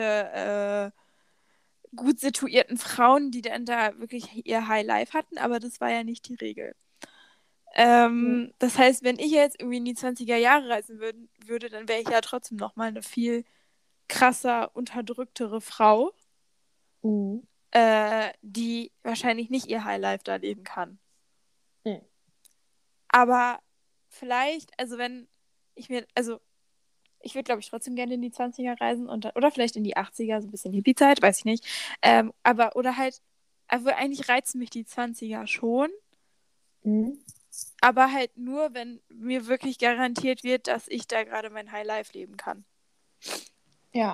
gut situierten Frauen, die dann da wirklich ihr High Life hatten, aber das war ja nicht die Regel. Das heißt, wenn ich jetzt irgendwie in die 20er Jahre reisen würde, dann wäre ich ja trotzdem nochmal eine viel krasser, unterdrücktere Frau, Mhm. die wahrscheinlich nicht ihr Highlife da leben kann. Nee. Aber vielleicht, also wenn ich mir, also ich würde, glaube ich, trotzdem gerne in die 20er reisen oder vielleicht in die 80er, so ein bisschen Hippie-Zeit, weiß ich nicht. Aber, oder halt, also eigentlich reizen mich die 20er schon, Mhm. aber halt nur, wenn mir wirklich garantiert wird, dass ich da gerade mein Highlife leben kann. Ja.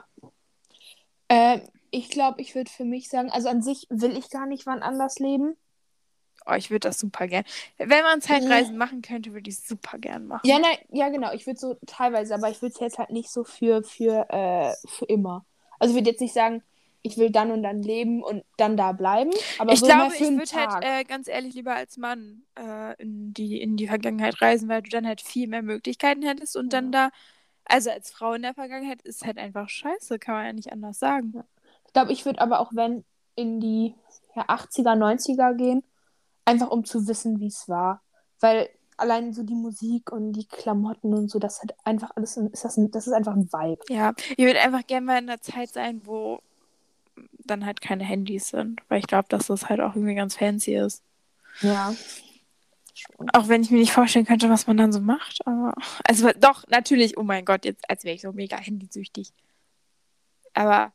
Ich glaube, ich würde für mich sagen, also an sich will ich gar nicht wann anders leben. Oh, ich würde das super gern. Wenn man Äh, Zeitreisen machen könnte, würde ich es super gern Ja, machen. nein, ja, genau. Ich würde so teilweise, aber ich würde es jetzt halt nicht so für immer. Also ich würde jetzt nicht sagen, ich will dann und dann leben und dann da bleiben, aber Ich so mal glaube, für ich einen würde halt Tag. ganz ehrlich lieber als Mann in die Vergangenheit reisen, weil du dann halt viel mehr Möglichkeiten hättest und dann Ja, da, also als Frau in der Vergangenheit ist halt einfach scheiße, kann man ja nicht anders sagen. ja. Ich glaube, ich würde aber auch, wenn, in die ja, 80er, 90er gehen, einfach um zu wissen, wie es war. Weil allein so die Musik und die Klamotten und so, das hat einfach alles, das ist einfach ein Vibe. Ja, ich würde einfach gerne mal in einer Zeit sein, wo dann halt keine Handys sind, weil ich glaube, dass das halt auch irgendwie ganz fancy ist. Ja, schon. Auch wenn ich mir nicht vorstellen könnte, was man dann so macht, aber also doch, natürlich, oh mein Gott, jetzt als wäre ich so mega handysüchtig. Aber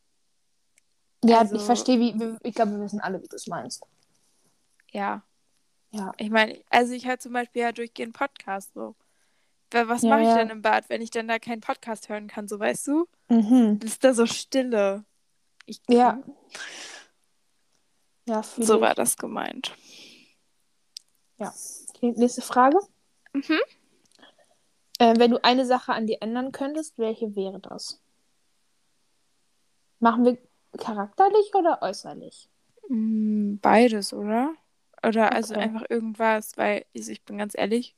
Ja, ich also, verstehe, ich glaube, wir wissen alle, wie du es meinst. ja. Ja. Ich meine, also ich höre zum Beispiel ja durchgehend Podcast so. Was Ja, mache ich denn ja. im Bad, wenn ich dann da keinen Podcast hören kann, so weißt du? Mhm. Dann ist da so Stille. Ja. Ja, So fühle war ich. das gemeint. Ja. Okay, nächste Frage. Mhm. Wenn du eine Sache an dir ändern könntest, welche wäre das? Machen wir charakterlich oder äußerlich? Beides, oder? Oder also Okay. einfach irgendwas, weil ich bin ganz ehrlich,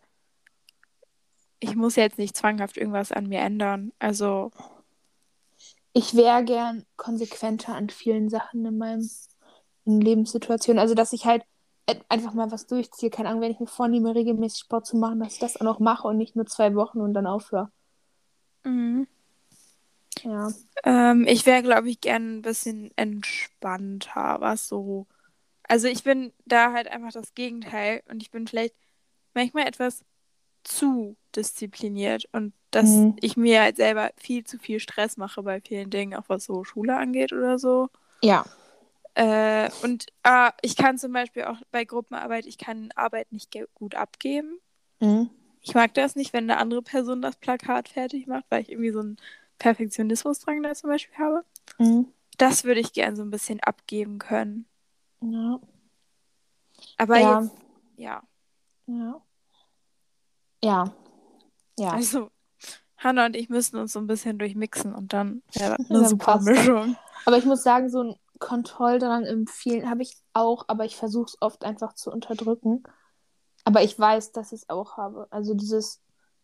ich muss jetzt nicht zwanghaft irgendwas an mir ändern. Also, Ich wäre gern konsequenter an vielen Sachen in Lebenssituationen. Also, dass ich halt einfach mal was durchziehe. Keine Ahnung, wenn ich mir vornehme, regelmäßig Sport zu machen, dass ich das auch noch mache und nicht nur 2 Wochen und dann aufhöre. mhm. Ja. Ich wäre, glaube ich, gern ein bisschen entspannter, was so. Also ich bin da halt einfach das Gegenteil und ich bin vielleicht manchmal etwas zu diszipliniert und dass Mhm. ich mir halt selber viel zu viel Stress mache bei vielen Dingen, auch was so Schule angeht oder so. Ja. Ich kann zum Beispiel auch bei Gruppenarbeit, ich kann Arbeit nicht gut abgeben. Mhm. Ich mag das nicht, wenn eine andere Person das Plakat fertig macht, weil ich irgendwie so einen Perfektionismusdrang da zum Beispiel habe. Mhm. Das würde ich gern so ein bisschen abgeben können. Ja. Aber Ja. jetzt, ja. Ja. Ja. Ja. Also, Hannah und ich müssen uns so ein bisschen durchmixen und dann wäre das eine Dann super passt das. Mischung. Aber ich muss sagen, so ein Kontrolldrang im Vielen habe ich auch, aber ich versuche es oft einfach zu unterdrücken. Aber ich weiß, dass ich es auch habe. Also dieses,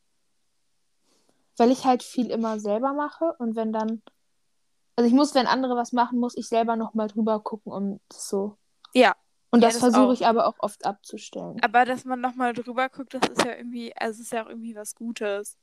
weil ich halt viel immer selber mache und wenn dann, also ich muss, wenn andere was machen, muss ich selber nochmal drüber gucken und so. Ja, Und ja, das das versuche auch. ich aber auch oft abzustellen. Aber dass man nochmal drüber guckt, das ist ja irgendwie, also es ist ja auch irgendwie was Gutes.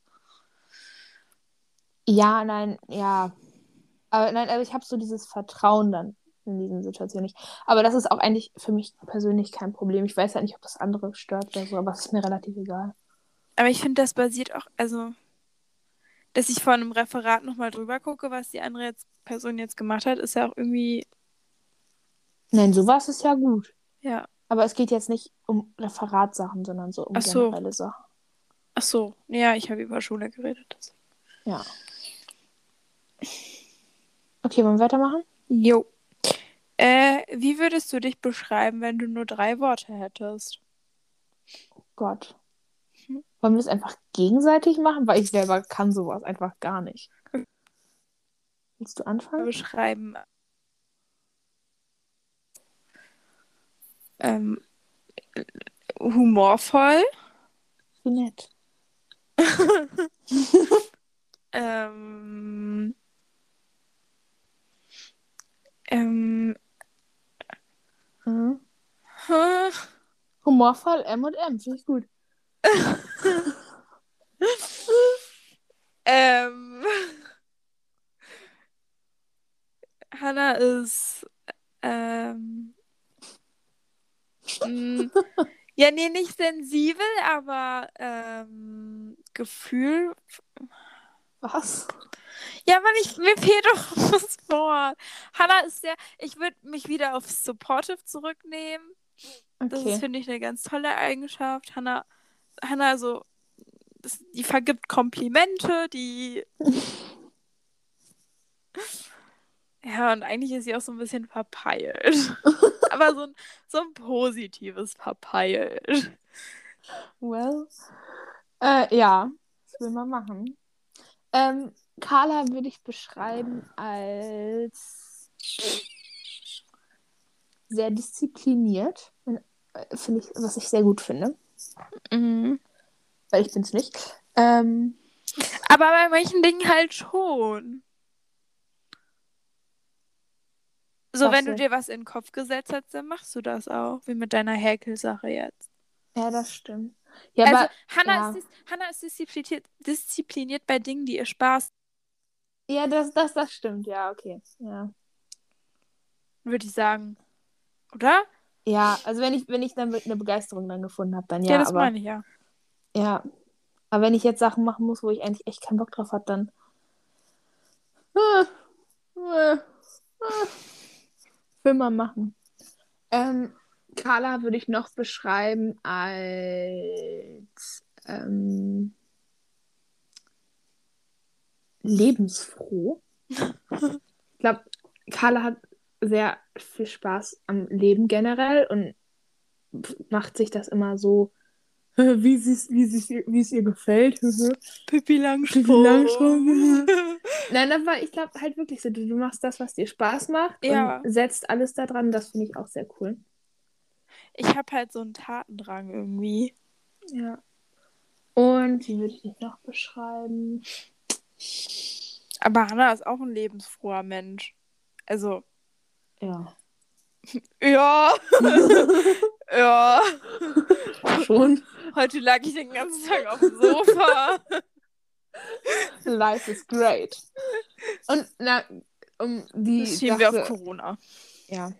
Ja, nein, ja. Aber nein, also ich habe so dieses Vertrauen dann in diesen Situationen nicht. Aber das ist auch eigentlich für mich persönlich kein Problem. Ich weiß halt nicht, ob das andere stört oder so, aber es ist mir relativ egal. Aber ich finde, das basiert auch, also, dass ich vor einem Referat nochmal drüber gucke, was die andere Person jetzt gemacht hat, ist ja auch irgendwie, Nein, sowas ist ja gut. ja. Aber es geht jetzt nicht um Referatssachen, sondern so um Ach so, generelle Sachen. ach so. Ja, ich habe über Schule geredet. Ja. Okay, wollen wir weitermachen? Jo. Wie würdest du dich beschreiben, wenn du nur 3 Worte hättest? Gott. Hm. Wollen wir es einfach gegenseitig machen? Weil ich selber kann sowas einfach gar nicht. Willst du anfangen? Beschreiben. Ähm, humorvoll. Wie nett. ähm, ähm, Mhm. Humorvoll M&M, finde ich gut. ähm, Hannah ist ähm, ja, nee, nicht sensibel, aber Gefühl. Was? Ja, Mann, mir fehlt doch das Wort. Hannah ist sehr, ich würde mich wieder auf supportive zurücknehmen. Das ist, Okay. finde ich, eine ganz tolle Eigenschaft. Hannah so, die vergibt Komplimente, die, ja, und eigentlich ist sie auch so ein bisschen verpeilt. Aber so ein positives verpeilt. Well. Ja, das will man machen. Carla würde ich beschreiben als sehr diszipliniert. Finde ich, was ich sehr gut finde. Mhm. Weil ich bin es nicht. Aber bei manchen Dingen halt schon. So, Was wenn du jetzt? dir was in den Kopf gesetzt hast, dann machst du das auch. Wie mit deiner Häkelsache jetzt. Ja, das stimmt. Ja, Also, aber ja. Hannah ist diszipliniert bei Dingen, die ihr Spaß, Ja, das stimmt. Ja, okay. Ja. würde ich sagen. Oder? Ja, also wenn ich dann eine Begeisterung dann gefunden habe, dann Ja, ja, das aber meine ich ja. ja. Aber wenn ich jetzt Sachen machen muss, wo ich eigentlich echt keinen Bock drauf habe, dann äh, äh, will man machen. Carla würde ich noch beschreiben als lebensfroh. Ich glaube, Carla hat sehr viel Spaß am Leben generell und macht sich das immer so, wie es ihr gefällt. Pippi Pippi Langstrumpf. Langstrumpf. Nein, aber ich glaube halt wirklich so, du machst das, was dir Spaß macht und Ja, setzt alles da dran. Das finde ich auch sehr cool. ich habe halt so einen Tatendrang irgendwie. Ja. Und wie würde ich dich noch beschreiben? Aber Hannah ist auch ein lebensfroher Mensch. Also, Ja. ja. Ja. Schon. Heute lag ich den ganzen Tag auf dem Sofa. Life is great. Und die Das schieben wir auf Sache, Corona. ja.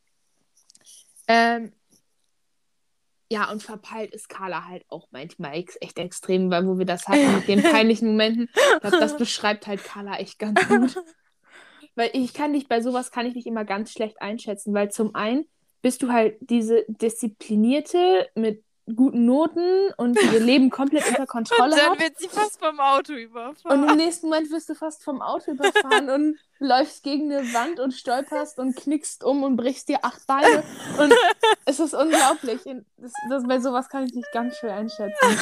Ja, und verpeilt ist Carla halt auch manchmal echt extrem, weil wo wir das hatten mit den peinlichen Momenten, ich glaube, das beschreibt halt Carla echt ganz gut. Weil bei sowas kann ich dich immer ganz schlecht einschätzen, weil zum einen bist du halt diese Disziplinierte mit guten Noten und die ihr Leben komplett unter Und Kontrolle dann hat. wird sie fast vom Auto Und im überfahren. nächsten Moment wirst du fast vom Auto überfahren und läufst gegen eine Wand und stolperst und knickst um und brichst dir 8 Beine. Und es ist unglaublich. Und bei sowas kann ich dich ganz schwer einschätzen.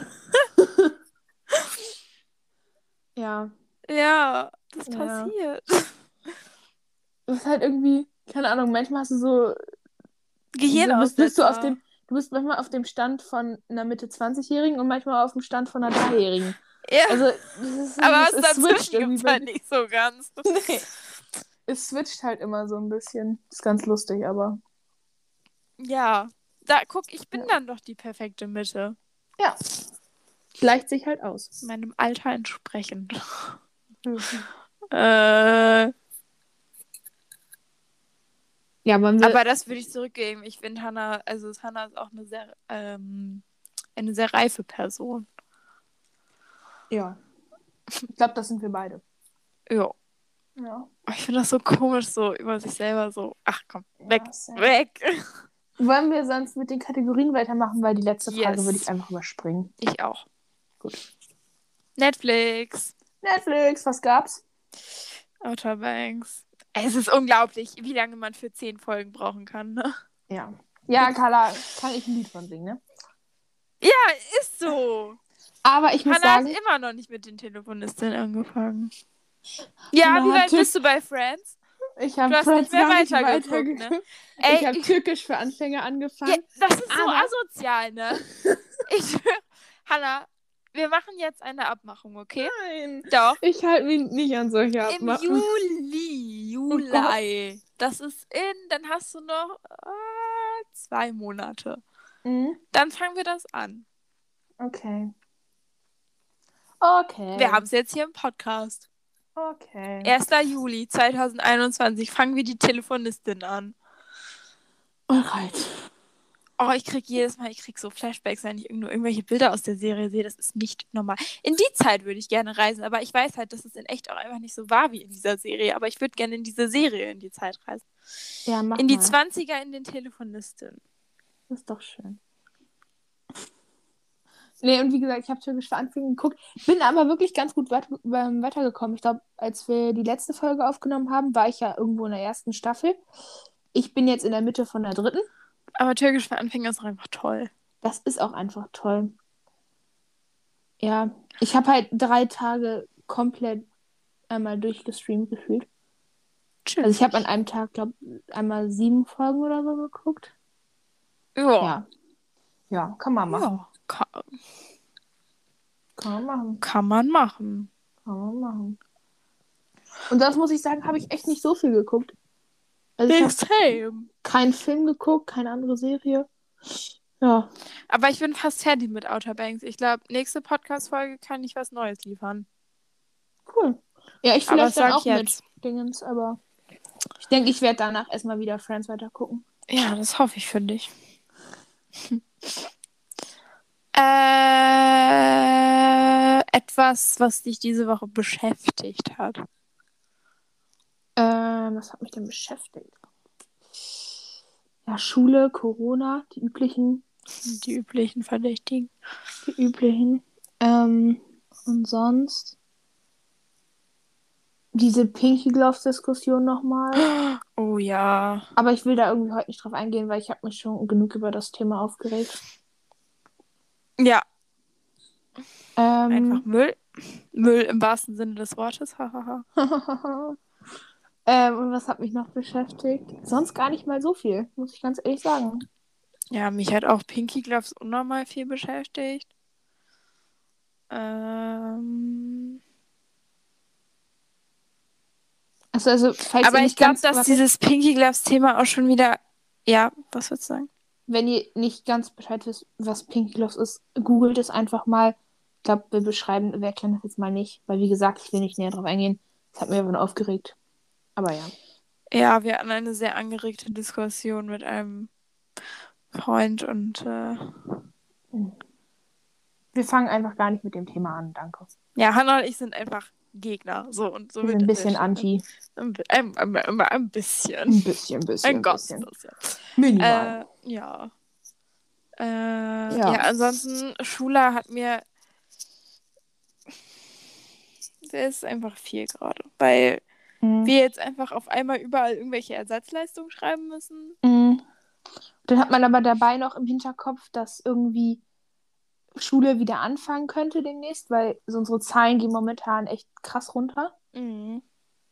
Ja. Ja, das Ja. passiert. Das ist halt irgendwie, keine Ahnung, manchmal hast du so, Gehirnaussetzer. du bist manchmal auf dem Stand von einer Mitte 20-Jährigen und manchmal auf dem Stand von einer 3-Jährigen. Ja, Also, aber was es switcht dazwischen irgendwie gibt's bei halt dir. nicht so ganz. Nee. Es switcht halt immer so ein bisschen. Ist ganz lustig, aber. Ja, guck, ich bin Ja. dann doch die perfekte Mitte. Ja. Gleicht sich halt aus. Meinem Alter entsprechend. Mhm. äh, Ja, wollen wir. aber das würde ich zurückgeben. Ich finde Hannah ist auch eine sehr reife Person. Ja. Ich glaube, das sind wir beide. Ja. Ja. Ich finde das so komisch, so über sich selber so, ach komm, weg, Ja, weg. wollen wir sonst mit den Kategorien weitermachen, weil die letzte Frage Yes. würde ich einfach überspringen. Ich auch. Gut. Netflix. Netflix, was gab's? Outer Banks. Es ist unglaublich, wie lange man für 10 Folgen brauchen kann, ne? Ja. Ja, Carla, kann ich ein Lied von singen, ne? Ja, ist so. Aber ich muss Hannah sagen, hat immer noch nicht mit den Telefonistinnen angefangen. Ja, Hannah wie hat weit bist du bei Friends? ich Du habe hast nicht Friends mehr gar nicht weitergeguckt, ne? weitergeguckt. Ey, Ich habe Türkisch für Anfänger ja, angefangen. das ist so Aber- asozial, ne? Hannah, wir machen jetzt eine Abmachung, okay? Nein, Doch. ich halte mich nicht an solche Im Abmachungen. Juli. Das ist dann hast du noch 2 Monate. Mhm. Dann fangen wir das an. Okay. Okay. Wir haben es jetzt hier im Podcast. Okay. 1. Juli 2021 fangen wir die Telefonistin an. Alright. Oh, ich krieg so Flashbacks, wenn ich nur irgendwelche Bilder aus der Serie sehe. Das ist nicht normal. In die Zeit würde ich gerne reisen, aber ich weiß halt, dass es in echt auch einfach nicht so war wie in dieser Serie. Aber ich würde gerne in diese Serie in die Zeit reisen. Ja, mach In die mal. 20er in den Telefonistin. Das ist doch schön. Nee, und wie gesagt, ich habe Türkisch für Anfänger geguckt, bin aber wirklich ganz gut weitergekommen. Ich glaube, als wir die letzte Folge aufgenommen haben, war ich ja irgendwo in der ersten Staffel. Ich bin jetzt in der Mitte von der dritten. Aber Türkisch für Anfänger ist auch einfach toll. Das ist auch einfach toll. Ja, ich habe halt 3 Tage komplett einmal durchgestreamt gefühlt. Tschüss. Also ich habe an einem Tag, glaube ich, einmal 7 Folgen oder so geguckt. Ja. Ja. Ja, kann man machen. Ja, Kann man machen. kann man machen. Kann man machen. Und das muss ich sagen, habe ich echt nicht so viel geguckt. Also ich habe Extrem. keinen Film geguckt, keine andere Serie. Ja. Aber ich bin fast fertig mit Outer Banks. Ich glaube, nächste Podcast-Folge kann ich was Neues liefern. Cool. Ja, ich Aber vielleicht dann sag auch jetzt. mit Dingens, aber ich denke, ich werde danach erstmal wieder Friends weiter gucken. Ja, das hoffe ich für dich. Etwas, was dich diese Woche beschäftigt hat. Was hat mich denn beschäftigt? Ja, Schule, Corona, Die üblichen Verdächtigen. die üblichen. Und sonst diese Pinky Gloves-Diskussion nochmal. Oh ja. Aber ich will da irgendwie heute nicht drauf eingehen, weil ich habe mich schon genug über das Thema aufgeregt. Ja, einfach Ähm, Müll. Müll im wahrsten Sinne des Wortes. Hahaha. und was hat mich noch beschäftigt? Sonst gar nicht mal so viel, muss ich ganz ehrlich sagen. Ja, mich hat auch Pinky Gloves unnormal viel beschäftigt. Also, falls ihr Aber ich nicht glaube, ganz, dass warte, dieses Pinky Gloves-Thema auch schon wieder. Ja, was würdest du sagen? wenn ihr nicht ganz Bescheid wisst, was Pinky Gloves ist, googelt es einfach mal. Ich glaube, wir erklären das jetzt mal nicht, weil wie gesagt, ich will nicht näher drauf eingehen. Das hat mir aber aufgeregt. Aber ja. Ja, wir hatten eine sehr angeregte Diskussion mit einem Freund und Wir fangen einfach gar nicht mit dem Thema an, danke. ja, Hannah und ich sind einfach Gegner. So und so Wir sind wird ein das bisschen entschieden. anti. Ein bisschen. Ein bisschen, Ein ganz bisschen. bisschen. Minimal. Ja. Ja. Ja, ansonsten, Schule hat mir. Das ist einfach viel gerade. Weil wir jetzt einfach auf einmal überall irgendwelche Ersatzleistungen schreiben müssen. Dann hat man aber dabei noch im Hinterkopf, dass irgendwie Schule wieder anfangen könnte demnächst, weil so unsere Zahlen gehen momentan echt krass runter. Mhm.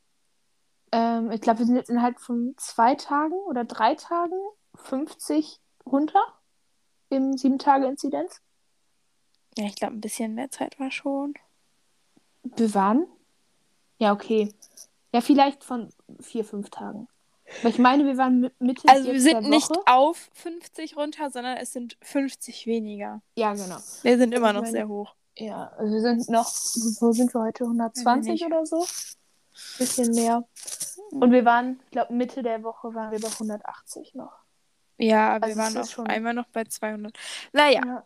Ich glaube, wir sind jetzt innerhalb von 2 Tagen oder 3 Tagen 50 runter im 7-Tage-Inzidenz. Ja, ich glaube, ein bisschen mehr Zeit war schon. Wir waren? Ja, okay. Ja, vielleicht von 4, 5 Tagen. Aber ich meine, wir waren Mitte Also wir jetzt sind der nicht Woche. auf 50 runter, sondern es sind 50 weniger. Ja, genau. Wir sind immer Ich noch meine, sehr hoch. ja, also wir sind noch, wo sind wir heute? 120 oder so? Bisschen mehr. Und wir waren, ich glaube, Mitte der Woche waren wir bei 180 noch. Ja, wir Also es waren ist auf schon. einmal noch bei 200. Naja. Ja.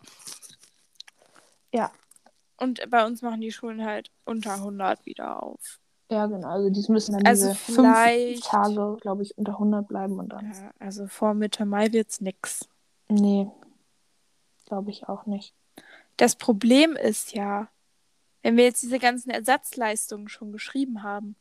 Ja. Und bei uns machen die Schulen halt unter 100 wieder auf. Ja, genau. Also die müssen dann Also diese 5 vielleicht. Tage, glaube ich, unter 100 bleiben und dann. Ja, also vor Mitte Mai wird's nix. Nee, glaube ich auch nicht. Das Problem ist ja, wenn wir jetzt diese ganzen Ersatzleistungen schon geschrieben haben,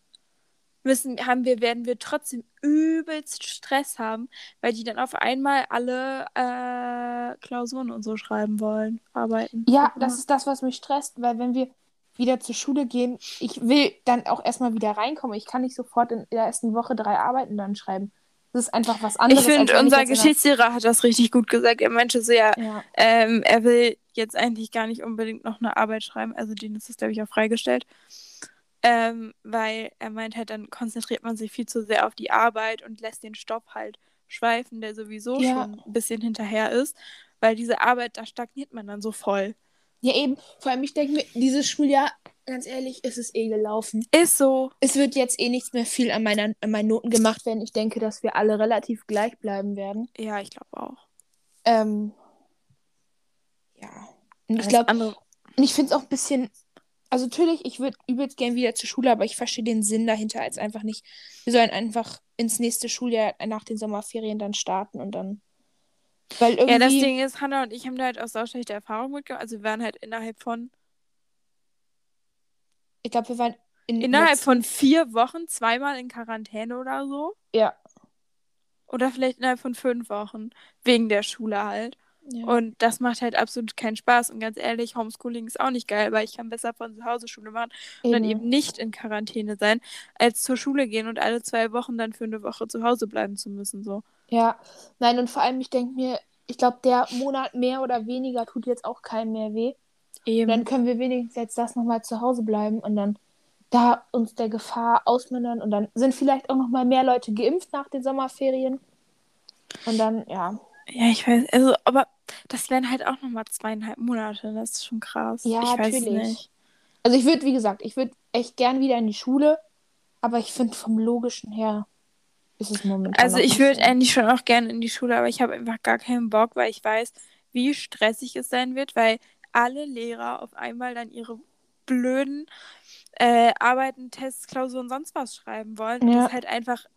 werden wir trotzdem übelst Stress haben, weil die dann auf einmal alle Klausuren und so schreiben wollen, arbeiten. Ja, das ist das, was mich stresst, weil wenn wir wieder zur Schule gehen, ich will dann auch erstmal wieder reinkommen. Ich kann nicht sofort in der ersten Woche 3 Arbeiten dann schreiben. Das ist einfach was Ich anderes, als finde, wenn ich unser jetzt Geschichtslehrer hat das richtig gut gesagt. Er meinte so, ja, Ja. er will jetzt eigentlich gar nicht unbedingt noch eine Arbeit schreiben. Also denen ist das, glaube ich, auch freigestellt. Weil er meint halt, dann konzentriert man sich viel zu sehr auf die Arbeit und lässt den Stoff halt schweifen, der sowieso Ja. schon ein bisschen hinterher ist. Weil diese Arbeit, da stagniert man dann so voll. Ja, eben. Vor allem, ich denke mir, dieses Schuljahr, ganz ehrlich, ist es eh gelaufen. Ist so. Es wird jetzt eh nichts mehr viel an meinen Noten gemacht werden. Ich denke, dass wir alle relativ gleich bleiben werden. Ja, ich glaube auch. Ja. Und ich glaube, andere. und ich finde es auch ein bisschen, also natürlich, ich würde übelst gern wieder zur Schule, aber ich verstehe den Sinn dahinter als einfach nicht. Wir sollen einfach ins nächste Schuljahr nach den Sommerferien dann starten und dann. Weil irgendwie. Ja, das Ding ist, Hannah und ich haben da halt auch so schlechte Erfahrungen mitgemacht. Also wir waren halt innerhalb von Ich glaube, wir waren innerhalb von 4 Wochen zweimal in Quarantäne oder so. Ja. Oder vielleicht innerhalb von 5 Wochen. Wegen der Schule halt. Ja. Und das macht halt absolut keinen Spaß. Und ganz ehrlich, Homeschooling ist auch nicht geil, weil ich kann besser von zu Hause Schule machen und dann eben nicht in Quarantäne sein, als zur Schule gehen und alle 2 Wochen dann für eine Woche zu Hause bleiben zu müssen. So. Ja, nein, und vor allem, ich denke mir, ich glaube, der Monat mehr oder weniger tut jetzt auch keinem mehr weh. Eben. Dann können wir wenigstens jetzt das nochmal zu Hause bleiben und dann da uns der Gefahr ausmindern und dann sind vielleicht auch nochmal mehr Leute geimpft nach den Sommerferien. Und dann, ja. Ja, ich weiß, also, aber das wären halt auch nochmal 2,5 Monate. Das ist schon krass. Ja, ich weiß natürlich. nicht. Also ich würde, wie gesagt, echt gern wieder in die Schule, aber ich finde vom Logischen her ist es momentan Also noch ich nicht würde so. eigentlich schon auch gerne in die Schule, aber ich habe einfach gar keinen Bock, weil ich weiß, wie stressig es sein wird, weil alle Lehrer auf einmal dann ihre blöden Arbeiten, Tests, Klausuren, sonst was schreiben wollen. Und Ja. das halt einfach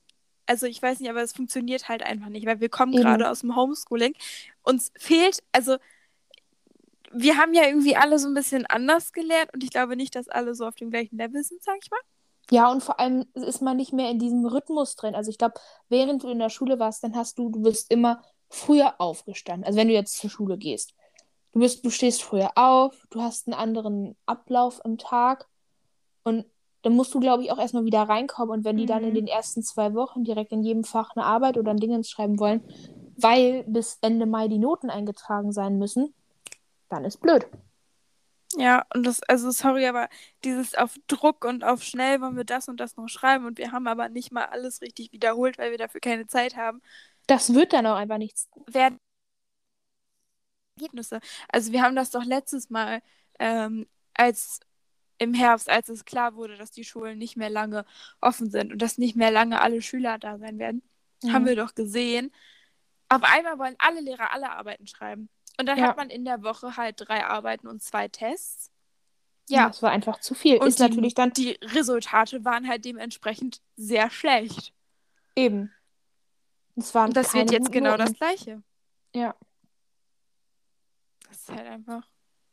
also ich weiß nicht, aber es funktioniert halt einfach nicht, weil wir kommen Eben. gerade aus dem Homeschooling. Uns fehlt, also wir haben ja irgendwie alle so ein bisschen anders gelernt und ich glaube nicht, dass alle so auf dem gleichen Level sind, sag ich mal. Ja, und vor allem ist man nicht mehr in diesem Rhythmus drin. Also ich glaube, während du in der Schule warst, dann du bist immer früher aufgestanden. Also wenn du jetzt zur Schule gehst. Du stehst früher auf, du hast einen anderen Ablauf im Tag und dann musst du, glaube ich, auch erstmal wieder reinkommen. Und wenn die dann in den ersten 2 Wochen direkt in jedem Fach eine Arbeit oder ein Dingens schreiben wollen, weil bis Ende Mai die Noten eingetragen sein müssen, dann ist blöd. Ja, und das, also sorry, aber dieses auf Druck und auf schnell wollen wir das und das noch schreiben und wir haben aber nicht mal alles richtig wiederholt, weil wir dafür keine Zeit haben, Das wird dann auch einfach nichts. werden Ergebnisse. Also wir haben das doch letztes Mal, als im Herbst, als es klar wurde, dass die Schulen nicht mehr lange offen sind und dass nicht mehr lange alle Schüler da sein werden, haben wir doch gesehen, auf einmal wollen alle Lehrer alle Arbeiten schreiben. Und dann hat man in der Woche halt 3 Arbeiten und 2 Tests. Ja. Das war einfach zu viel. Und ist natürlich dann die Resultate waren halt dementsprechend sehr schlecht. eben. Es waren Und das keine wird jetzt guten genau Noten. das Gleiche. Ja. Das ist halt einfach.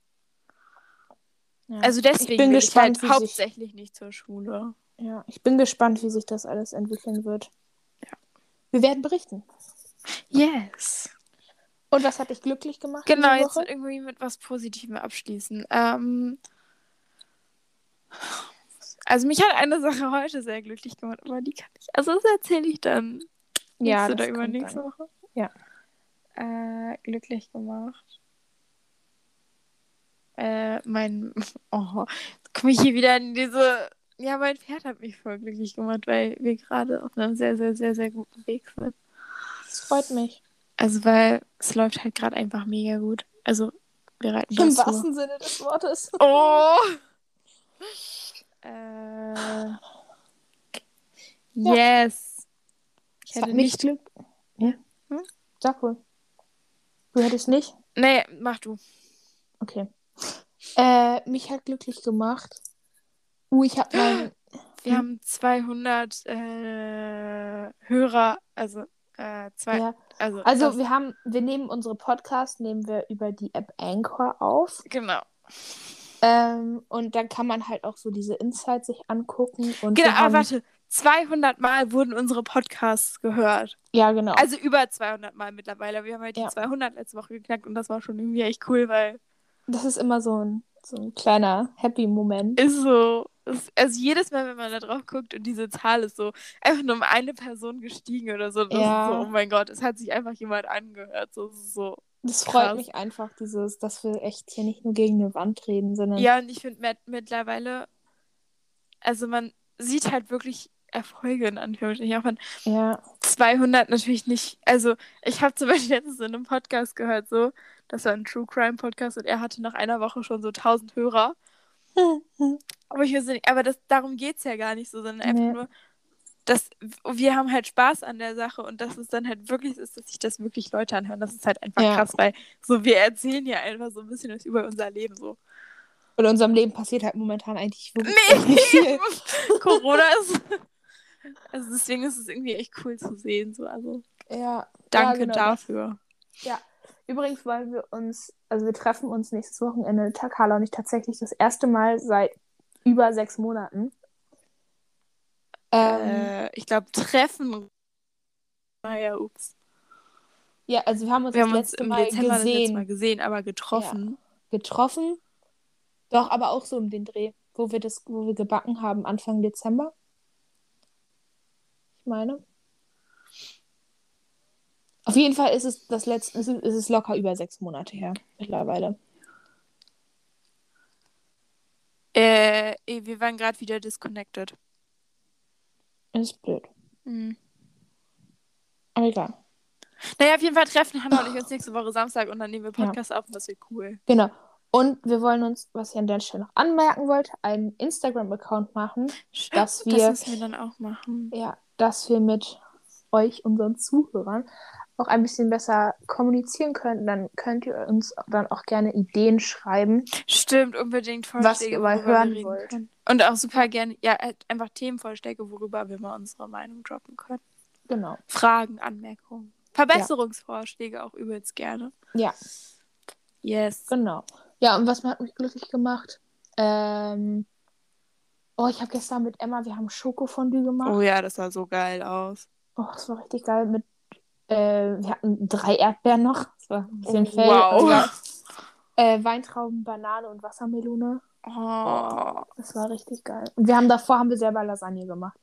Ja. Also deswegen ich bin will gespannt, ich halt hauptsächlich nicht zur Schule. Ja, ich bin gespannt, wie sich das alles entwickeln wird. Ja. Wir werden berichten. Yes. Und was hat dich glücklich gemacht Genau, diese jetzt Woche? irgendwie mit was Positivem abschließen. Also mich hat eine Sache heute sehr glücklich gemacht, aber die kann ich. Also das erzähle ich dann nächste oder übernächste Woche. Ja. Glücklich gemacht. Komme ich hier wieder in diese. Ja, mein Pferd hat mich voll glücklich gemacht, weil wir gerade auf einem sehr, sehr, sehr, sehr guten Weg sind. Das freut mich. Also, weil es läuft halt gerade einfach mega gut. Also, wir reiten Im das so. wahrsten Sinne des Wortes. Oh! Yes! Ich hätte nicht Glück. Ja. Hm? Sag wohl. Du hättest nicht? Nee, mach du. Okay. Mich hat glücklich gemacht. Ich habe meinen. Wir haben 200 Hörer, also Ja. Also wir nehmen unsere Podcasts über die App Anchor auf. Genau. Und dann kann man halt auch so diese Insights sich angucken. Und genau, aber warte, 200 Mal wurden unsere Podcasts gehört. Ja, genau. Also über 200 Mal mittlerweile. Wir haben halt die 200 letzte Woche geknackt und das war schon irgendwie echt cool, weil... Das ist immer so ein kleiner Happy-Moment. Ist so. Also jedes Mal, wenn man da drauf guckt und diese Zahl ist so einfach nur um eine Person gestiegen oder so, das ist so, oh mein Gott, es hat sich einfach jemand angehört. Das freut mich einfach, dass wir echt hier nicht nur gegen eine Wand reden, sondern... Ja, und ich finde mittlerweile, also man sieht halt wirklich Erfolge in Anführungsstrichen, auch von 200 natürlich nicht. Also ich habe zum Beispiel letztens in einem Podcast gehört, so, das war ein True Crime Podcast und er hatte nach einer Woche schon so 1000 Hörer. Aber darum geht es ja gar nicht so, sondern einfach nur, dass wir haben halt Spaß an der Sache und dass es dann halt wirklich ist, dass sich das wirklich Leute anhören. Das ist halt einfach krass, weil so wir erzählen ja einfach so ein bisschen was über unser Leben so. Und in unserem Leben passiert halt momentan eigentlich wirklich nicht viel. Corona ist... Also deswegen ist es irgendwie echt cool zu sehen. So. Also danke dafür. Ja, übrigens wollen wir treffen uns nächstes Wochenende, Carla und ich, tatsächlich das erste Mal seit über 6 Monaten. Ich glaube, Treffen. Naja, ups. Ja, also wir haben uns im Dezember das letzte Mal gesehen, aber getroffen. Ja, getroffen. Doch, aber auch so um den Dreh, wo wir gebacken haben, Anfang Dezember. Ich meine. Auf jeden Fall ist es locker über 6 Monate her mittlerweile. Wir waren gerade wieder disconnected. Das ist blöd. Mhm. Aber egal. Naja, auf jeden Fall treffen Hannah und ich uns nächste Woche Samstag und dann nehmen wir Podcast auf und das wird cool. Genau. Und wir wollen uns, was ich an der Stelle noch anmerken wollte, einen Instagram-Account machen, das müssen wir dann auch machen. Ja, dass wir mit euch, unseren Zuhörern, auch ein bisschen besser kommunizieren können. Dann könnt ihr uns dann auch gerne Ideen schreiben. Stimmt, unbedingt Vorschläge, was ihr mal hören wollt. Können. Und auch super gerne, einfach Themenvorschläge, worüber wir mal unsere Meinung droppen können. Genau. Fragen, Anmerkungen. Verbesserungsvorschläge auch übelst gerne. Ja. Yes. Genau. Ja, und was hat mich glücklich gemacht? Ich habe gestern mit Emma, wir haben Schokofondue gemacht. Oh ja, das sah so geil aus. Oh, das war richtig geil. Wir hatten 3 Erdbeeren noch. Das war ein bisschen fail. Wow. Weintrauben, Banane und Wassermelone. Oh. Das war richtig geil. Und davor haben wir selber Lasagne gemacht.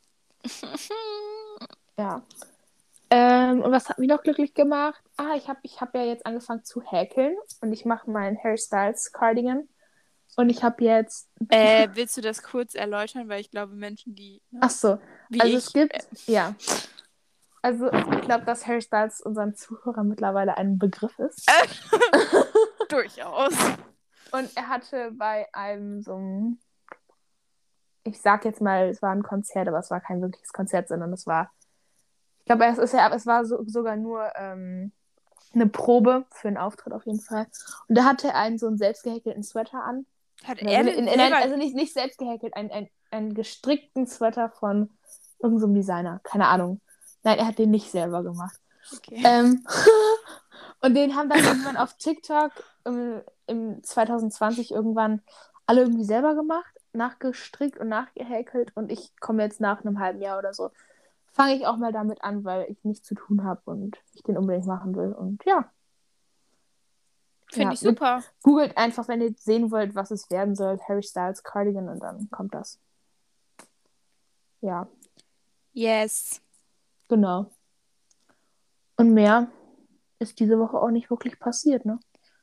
Ja. Und was hat mich noch glücklich gemacht? Ich hab ja jetzt angefangen zu häkeln und ich mache meinen Harry Styles Cardigan. Und ich habe jetzt. Willst du das kurz erläutern? Weil ich glaube, Menschen, die. Ne, Ach so. wie Also ich, es gibt. Ja. Also ich glaube, dass Harry Styles unseren Zuhörern mittlerweile ein Begriff ist. Durchaus. Und er hatte bei einem so einem. Ich sag jetzt mal, es war ein Konzert, aber es war kein wirkliches Konzert, sondern es war. Ich glaube, es war sogar nur eine Probe für einen Auftritt auf jeden Fall. Und da hatte er so einen selbst gehäkelten Sweater an. Hat er den selber... Also nicht selbst gehäkelt, einen gestrickten Sweater von irgendeinem so Designer. Keine Ahnung. Nein, er hat den nicht selber gemacht. Okay. Und den haben dann irgendwann auf TikTok im 2020 irgendwann alle irgendwie selber gemacht, nachgestrickt und nachgehäkelt. Und ich komme jetzt nach einem halben Jahr oder so, fange ich auch mal damit an, weil ich nichts zu tun habe und ich den unbedingt machen will. Und ja. Finde ich super. Googelt einfach, wenn ihr sehen wollt, was es werden soll, Harry Styles Cardigan und dann kommt das. Ja. Yes. Genau. Und mehr ist diese Woche auch nicht wirklich passiert, ne?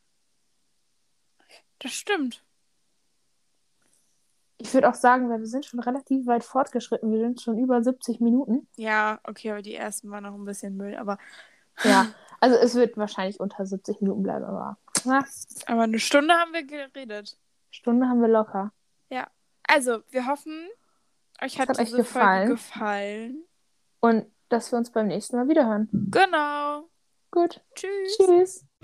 Das stimmt. Ich würde auch sagen, weil wir sind schon relativ weit fortgeschritten. Wir sind schon über 70 Minuten. Ja, okay, aber die ersten waren noch ein bisschen Müll, aber... Ja, also es wird wahrscheinlich unter 70 Minuten bleiben, aber... Aber eine Stunde haben wir geredet. Stunde haben wir locker. Ja. Also, wir hoffen, euch hat diese Folge gefallen. Und dass wir uns beim nächsten Mal wiederhören. Genau. Gut. Tschüss. Tschüss.